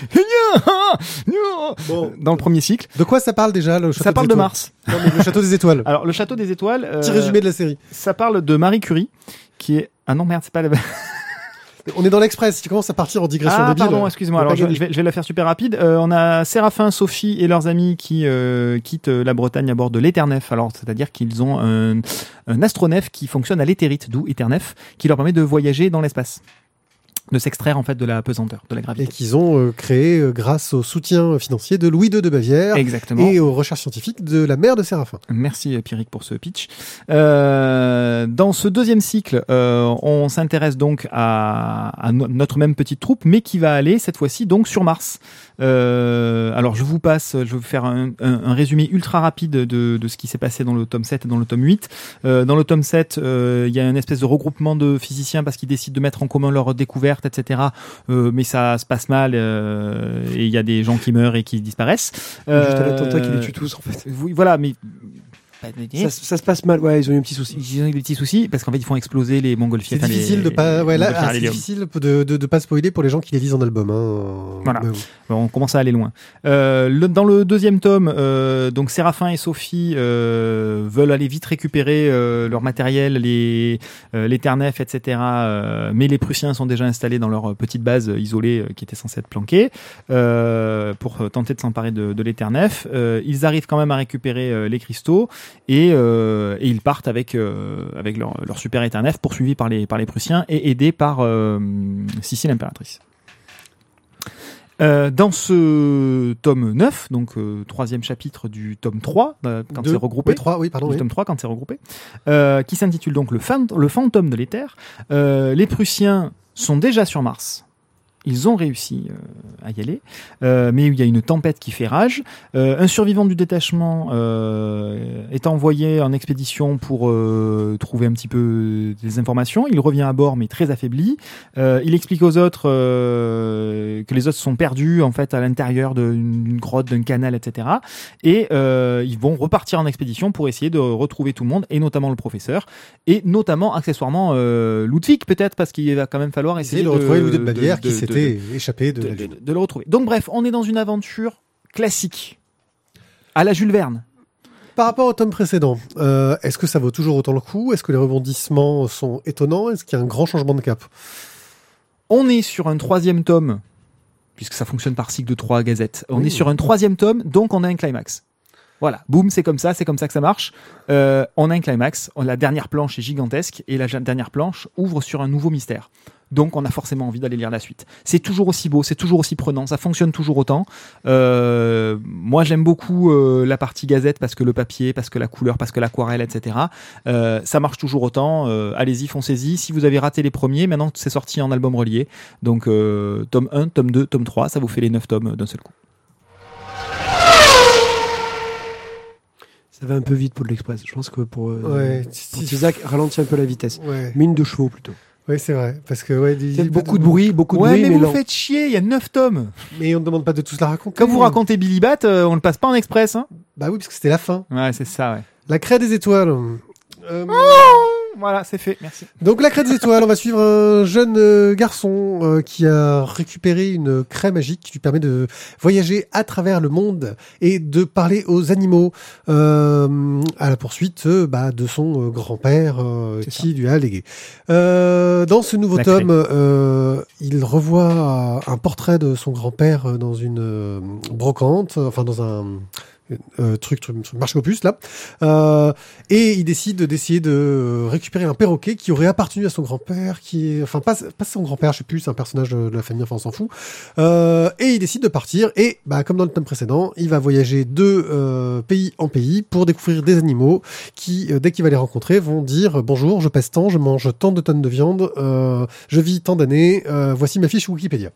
Bon. dans le premier cycle. De quoi ça parle déjà, le château Ça parle des de étoiles Mars. Non, mais le château des étoiles. Alors le Château des Étoiles. euh, Petit résumé de la série. Ça parle de Marie Curie, qui est ah non merde c'est pas la. On est dans l'Express, si tu commences à partir en digression Ah débile. pardon, excuse-moi. on va Alors pas je, gagner. je vais, je vais la faire super rapide. Euh, on a Séraphin, Sophie et leurs amis qui euh, quittent la Bretagne à bord de l'Éternef. Alors c'est-à-dire qu'ils ont un, un astronef qui fonctionne à l'éthérite, d'où Éternef, qui leur permet de voyager dans l'espace, de s'extraire en fait de la pesanteur, de la Et gravité. qu'ils ont euh, créé euh, grâce au soutien financier de Louis deux de Bavière Exactement. et aux recherches scientifiques de la mère de Séraphin. Merci euh, Pierrick pour ce pitch. Euh, dans ce deuxième cycle, euh, on s'intéresse donc à, à no- notre même petite troupe, mais qui va aller cette fois-ci donc sur Mars. Euh, alors je vous passe, je vais vous faire un, un, un résumé ultra rapide de, de ce qui s'est passé dans le tome sept et dans le tome huit. Euh, dans le tome sept, euh, il y a une espèce de regroupement de physiciens parce qu'ils décident de mettre en commun leurs découvertes, et cetera. Euh, mais ça se passe mal euh, et il y a des gens qui meurent et qui disparaissent. Juste à l'attentat qui les tue tous, en fait. Oui, voilà, mais Ça, ça se passe mal, ouais, ils ont eu un petit souci. ils ont eu des petits soucis parce qu'en fait ils font exploser les montgolfières. C'est enfin, difficile les- de pas, ouais, là, montgolfières ah, à c'est l'hélium. difficile de, de, de pas spoiler pour les gens qui les lisent en album, hein. Voilà. Mais bon. Bon, on commence à aller loin. Euh, le, dans le deuxième tome, euh, donc Séraphin et Sophie euh, veulent aller vite récupérer euh, leur matériel, les euh, les Ternef, et cetera. Euh, mais les Prussiens sont déjà installés dans leur petite base isolée euh, qui était censée être planquée euh, pour tenter de s'emparer de, de l'Éternef. Euh, ils arrivent quand même à récupérer euh, les cristaux et, euh, et ils partent avec euh, avec leur, leur super Éternef poursuivis par les par les Prussiens et aidés par euh, Sissi l'impératrice. Euh, dans ce tome neuf, donc euh, troisième chapitre du tome trois, euh, quand Deux. c'est regroupé, Oui, trois, oui, pardon. du Oui. tome trois quand c'est regroupé, euh, qui s'intitule donc le, fan- le fantôme de l'éther, euh, les Prussiens sont déjà sur Mars. Ils ont réussi euh, à y aller, euh, mais il y a une tempête qui fait rage. Euh, un survivant du détachement euh, est envoyé en expédition pour euh, trouver un petit peu des informations. Il revient à bord, mais très affaibli. Euh, il explique aux autres euh, que les autres sont perdus en fait à l'intérieur d'une d'une grotte, d'un canal, et cetera. Et euh, ils vont repartir en expédition pour essayer de retrouver tout le monde, et notamment le professeur, et notamment accessoirement euh, Ludwig peut-être parce qu'il va quand même falloir essayer Essayer de de retrouver Louis de Bavière de- qui de- s'était de- échappé de, de, la de- ville. de le retrouver. Donc bref, on est dans une aventure classique à la Jules Verne. Par rapport au tome précédent, euh, est-ce que ça vaut toujours autant le coup? Est-ce que les rebondissements sont étonnants? Est-ce qu'il y a un grand changement de cap? On est sur un troisième tome, puisque ça fonctionne par cycle de trois gazettes. On Oui. est sur un troisième tome, donc on a un climax. Voilà, boum, c'est comme ça, c'est comme ça que ça marche. Euh, on a un climax, la dernière planche est gigantesque, et la ja- dernière planche ouvre sur un nouveau mystère. Donc on a forcément envie d'aller lire la suite. C'est toujours aussi beau, c'est toujours aussi prenant, ça fonctionne toujours autant. Euh, moi j'aime beaucoup euh, la partie gazette parce que le papier, parce que la couleur, parce que l'aquarelle, et cetera. Euh, ça marche toujours autant. Euh, allez-y, foncez-y. Si vous avez raté les premiers, maintenant c'est sorti en album relié. Donc euh, tome un, tome deux, tome trois, ça vous fait les neuf tomes d'un seul coup. Ça va un peu vite pour de l'Express. Je pense que pour, euh, Ouais, pour si- Tizak, ralentit un peu la vitesse. Ouais, Mine de chevaux plutôt. ouais, c'est vrai, parce que ouais, Il y a beaucoup de bruit, beaucoup de Ouais, bruit, mais mais, vous lent. faites chier, il y a neuf tomes. Mais on ne demande pas de tous la raconter. Comme vous racontez Billy Bat, euh, on le passe pas en express. Hein. Bah oui, parce que c'était la fin. Ouais, c'est ça, ouais. La craie des étoiles. Euh, Voilà, c'est fait, merci. Donc la craie des étoiles, on va suivre un jeune euh, garçon euh, qui a récupéré une craie magique qui lui permet de voyager à travers le monde et de parler aux animaux euh, à la poursuite euh, bah, de son euh, grand-père euh, C'est qui lui a légué. Euh, dans ce nouveau La tome, euh, il revoit un portrait de son grand-père dans une euh, brocante, enfin dans un Euh, truc, truc, truc marché aux puces là, euh, et il décide d'essayer de récupérer un perroquet qui aurait appartenu à son grand-père, qui est, enfin pas, pas son grand-père, je sais plus, c'est un personnage de, de la famille, enfin on s'en fout, euh, et il décide de partir, et bah comme dans le tome précédent, il va voyager de euh, pays en pays pour découvrir des animaux qui, euh, dès qu'il va les rencontrer, vont dire bonjour, je pèse tant, je mange tant de tonnes de viande, euh, je vis tant d'années, euh, voici ma fiche Wikipédia.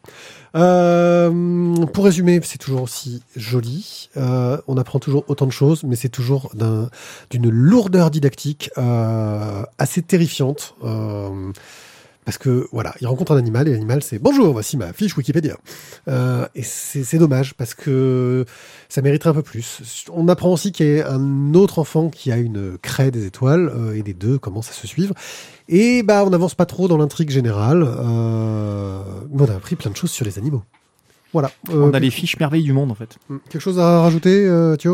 Euh, pour résumer, c'est toujours aussi joli. Euh, on apprend toujours autant de choses, mais c'est toujours d'un, d'une lourdeur didactique euh, assez terrifiante. Euh, parce que voilà, il rencontre un animal et l'animal c'est bonjour, voici ma fiche Wikipédia. Euh, et c'est, c'est dommage parce que ça mériterait un peu plus. On apprend aussi qu'il y a un autre enfant qui a une craie des étoiles euh, et les deux commencent à se suivre. Et bah on n'avance pas trop dans l'intrigue générale, euh, mais on a appris plein de choses sur les animaux. Voilà. Euh, On a les fiches merveilles du monde, en fait. quelque chose à rajouter, euh, Thio ?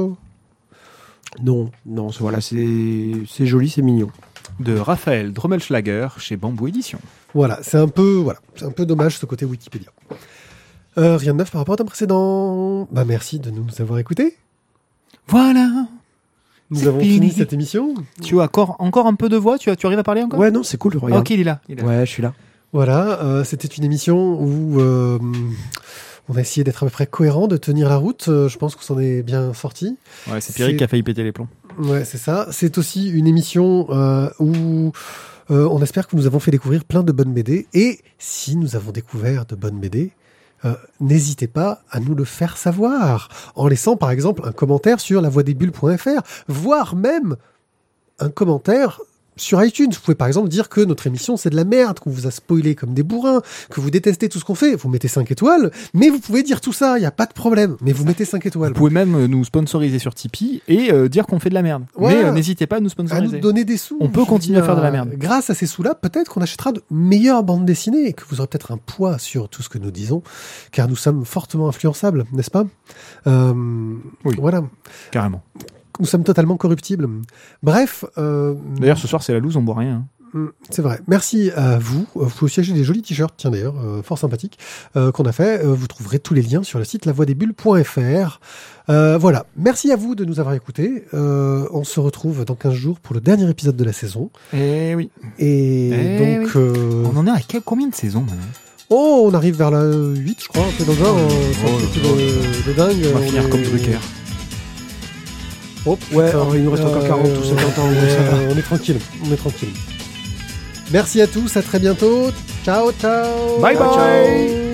Non, non, c'est- voilà, c'est c'est joli, c'est mignon. De Raphaël Drommelschlager chez Bambou Édition. Voilà, c'est un peu, voilà, c'est un peu dommage ce côté Wikipédia. Euh, rien de neuf par rapport au tome précédent. Bah merci de nous avoir écoutés. Voilà. Nous C'est avons fini. fini cette émission. Tu as encore, encore un peu de voix, tu, as, tu arrives à parler encore? Ouais, non, c'est cool, Ah, regarde. ok, il est là. Il est là. Ouais, je suis là. Voilà, euh, c'était une émission où euh, on a essayé d'être à peu près cohérent, de tenir la route. Euh, je pense qu'on s'en est bien sorti. Ouais, c'est Pierrick C'est- qui a failli péter les plombs. Ouais, c'est ça. C'est aussi une émission euh, où euh, on espère que nous avons fait découvrir plein de bonnes B D. Et si nous avons découvert de bonnes B D, euh, n'hésitez pas à nous le faire savoir en laissant par exemple un commentaire sur la voix des bulles point f r, voire même un commentaire sur iTunes. Vous pouvez par exemple dire que notre émission c'est de la merde, qu'on vous a spoilé comme des bourrins, que vous détestez tout ce qu'on fait. Vous mettez cinq étoiles, mais vous pouvez dire tout ça, il n'y a pas de problème. Mais vous mettez cinq étoiles. Vous pouvez même euh, nous sponsoriser sur Tipeee et euh, dire qu'on fait de la merde. Ouais. Mais euh, n'hésitez pas à nous À nous sponsoriser. donner des sous. On peut Je veux continuer à dire, faire de la merde. Grâce à ces sous-là, peut-être qu'on achètera de meilleures bandes dessinées et que vous aurez peut-être un poids sur tout ce que nous disons, car nous sommes fortement influençables, n'est-ce pas ? Euh, Oui. Voilà. Carrément. Nous sommes totalement corruptibles. Bref. Euh, D'ailleurs, ce soir, c'est la loose, on boit rien. hein. C'est vrai. Merci à vous. Vous pouvez aussi acheter des jolis t-shirts, tiens d'ailleurs, euh, fort sympathiques, euh, qu'on a fait. Euh, vous trouverez tous les liens sur le site la voix des bulles point f r. Euh, voilà. Merci à vous de nous avoir écoutés. Euh, on se retrouve dans quinze jours pour le dernier épisode de la saison. Eh oui. Et Eh donc... oui. euh, On en est à quel- combien de saisons maintenant? Oh, on arrive vers la huit, je crois, un peu dans le genre. euh, c'est un Oh, truc là, de, de dingue. On va finir est- comme Drucker. Oh, Ouais, putain. alors, il nous reste encore quarante ou cinquante ans, donc ça va. Euh, on est tranquille, on est tranquille. Merci à tous, à très bientôt. Ciao, ciao. Bye Ciao, bye. ciao.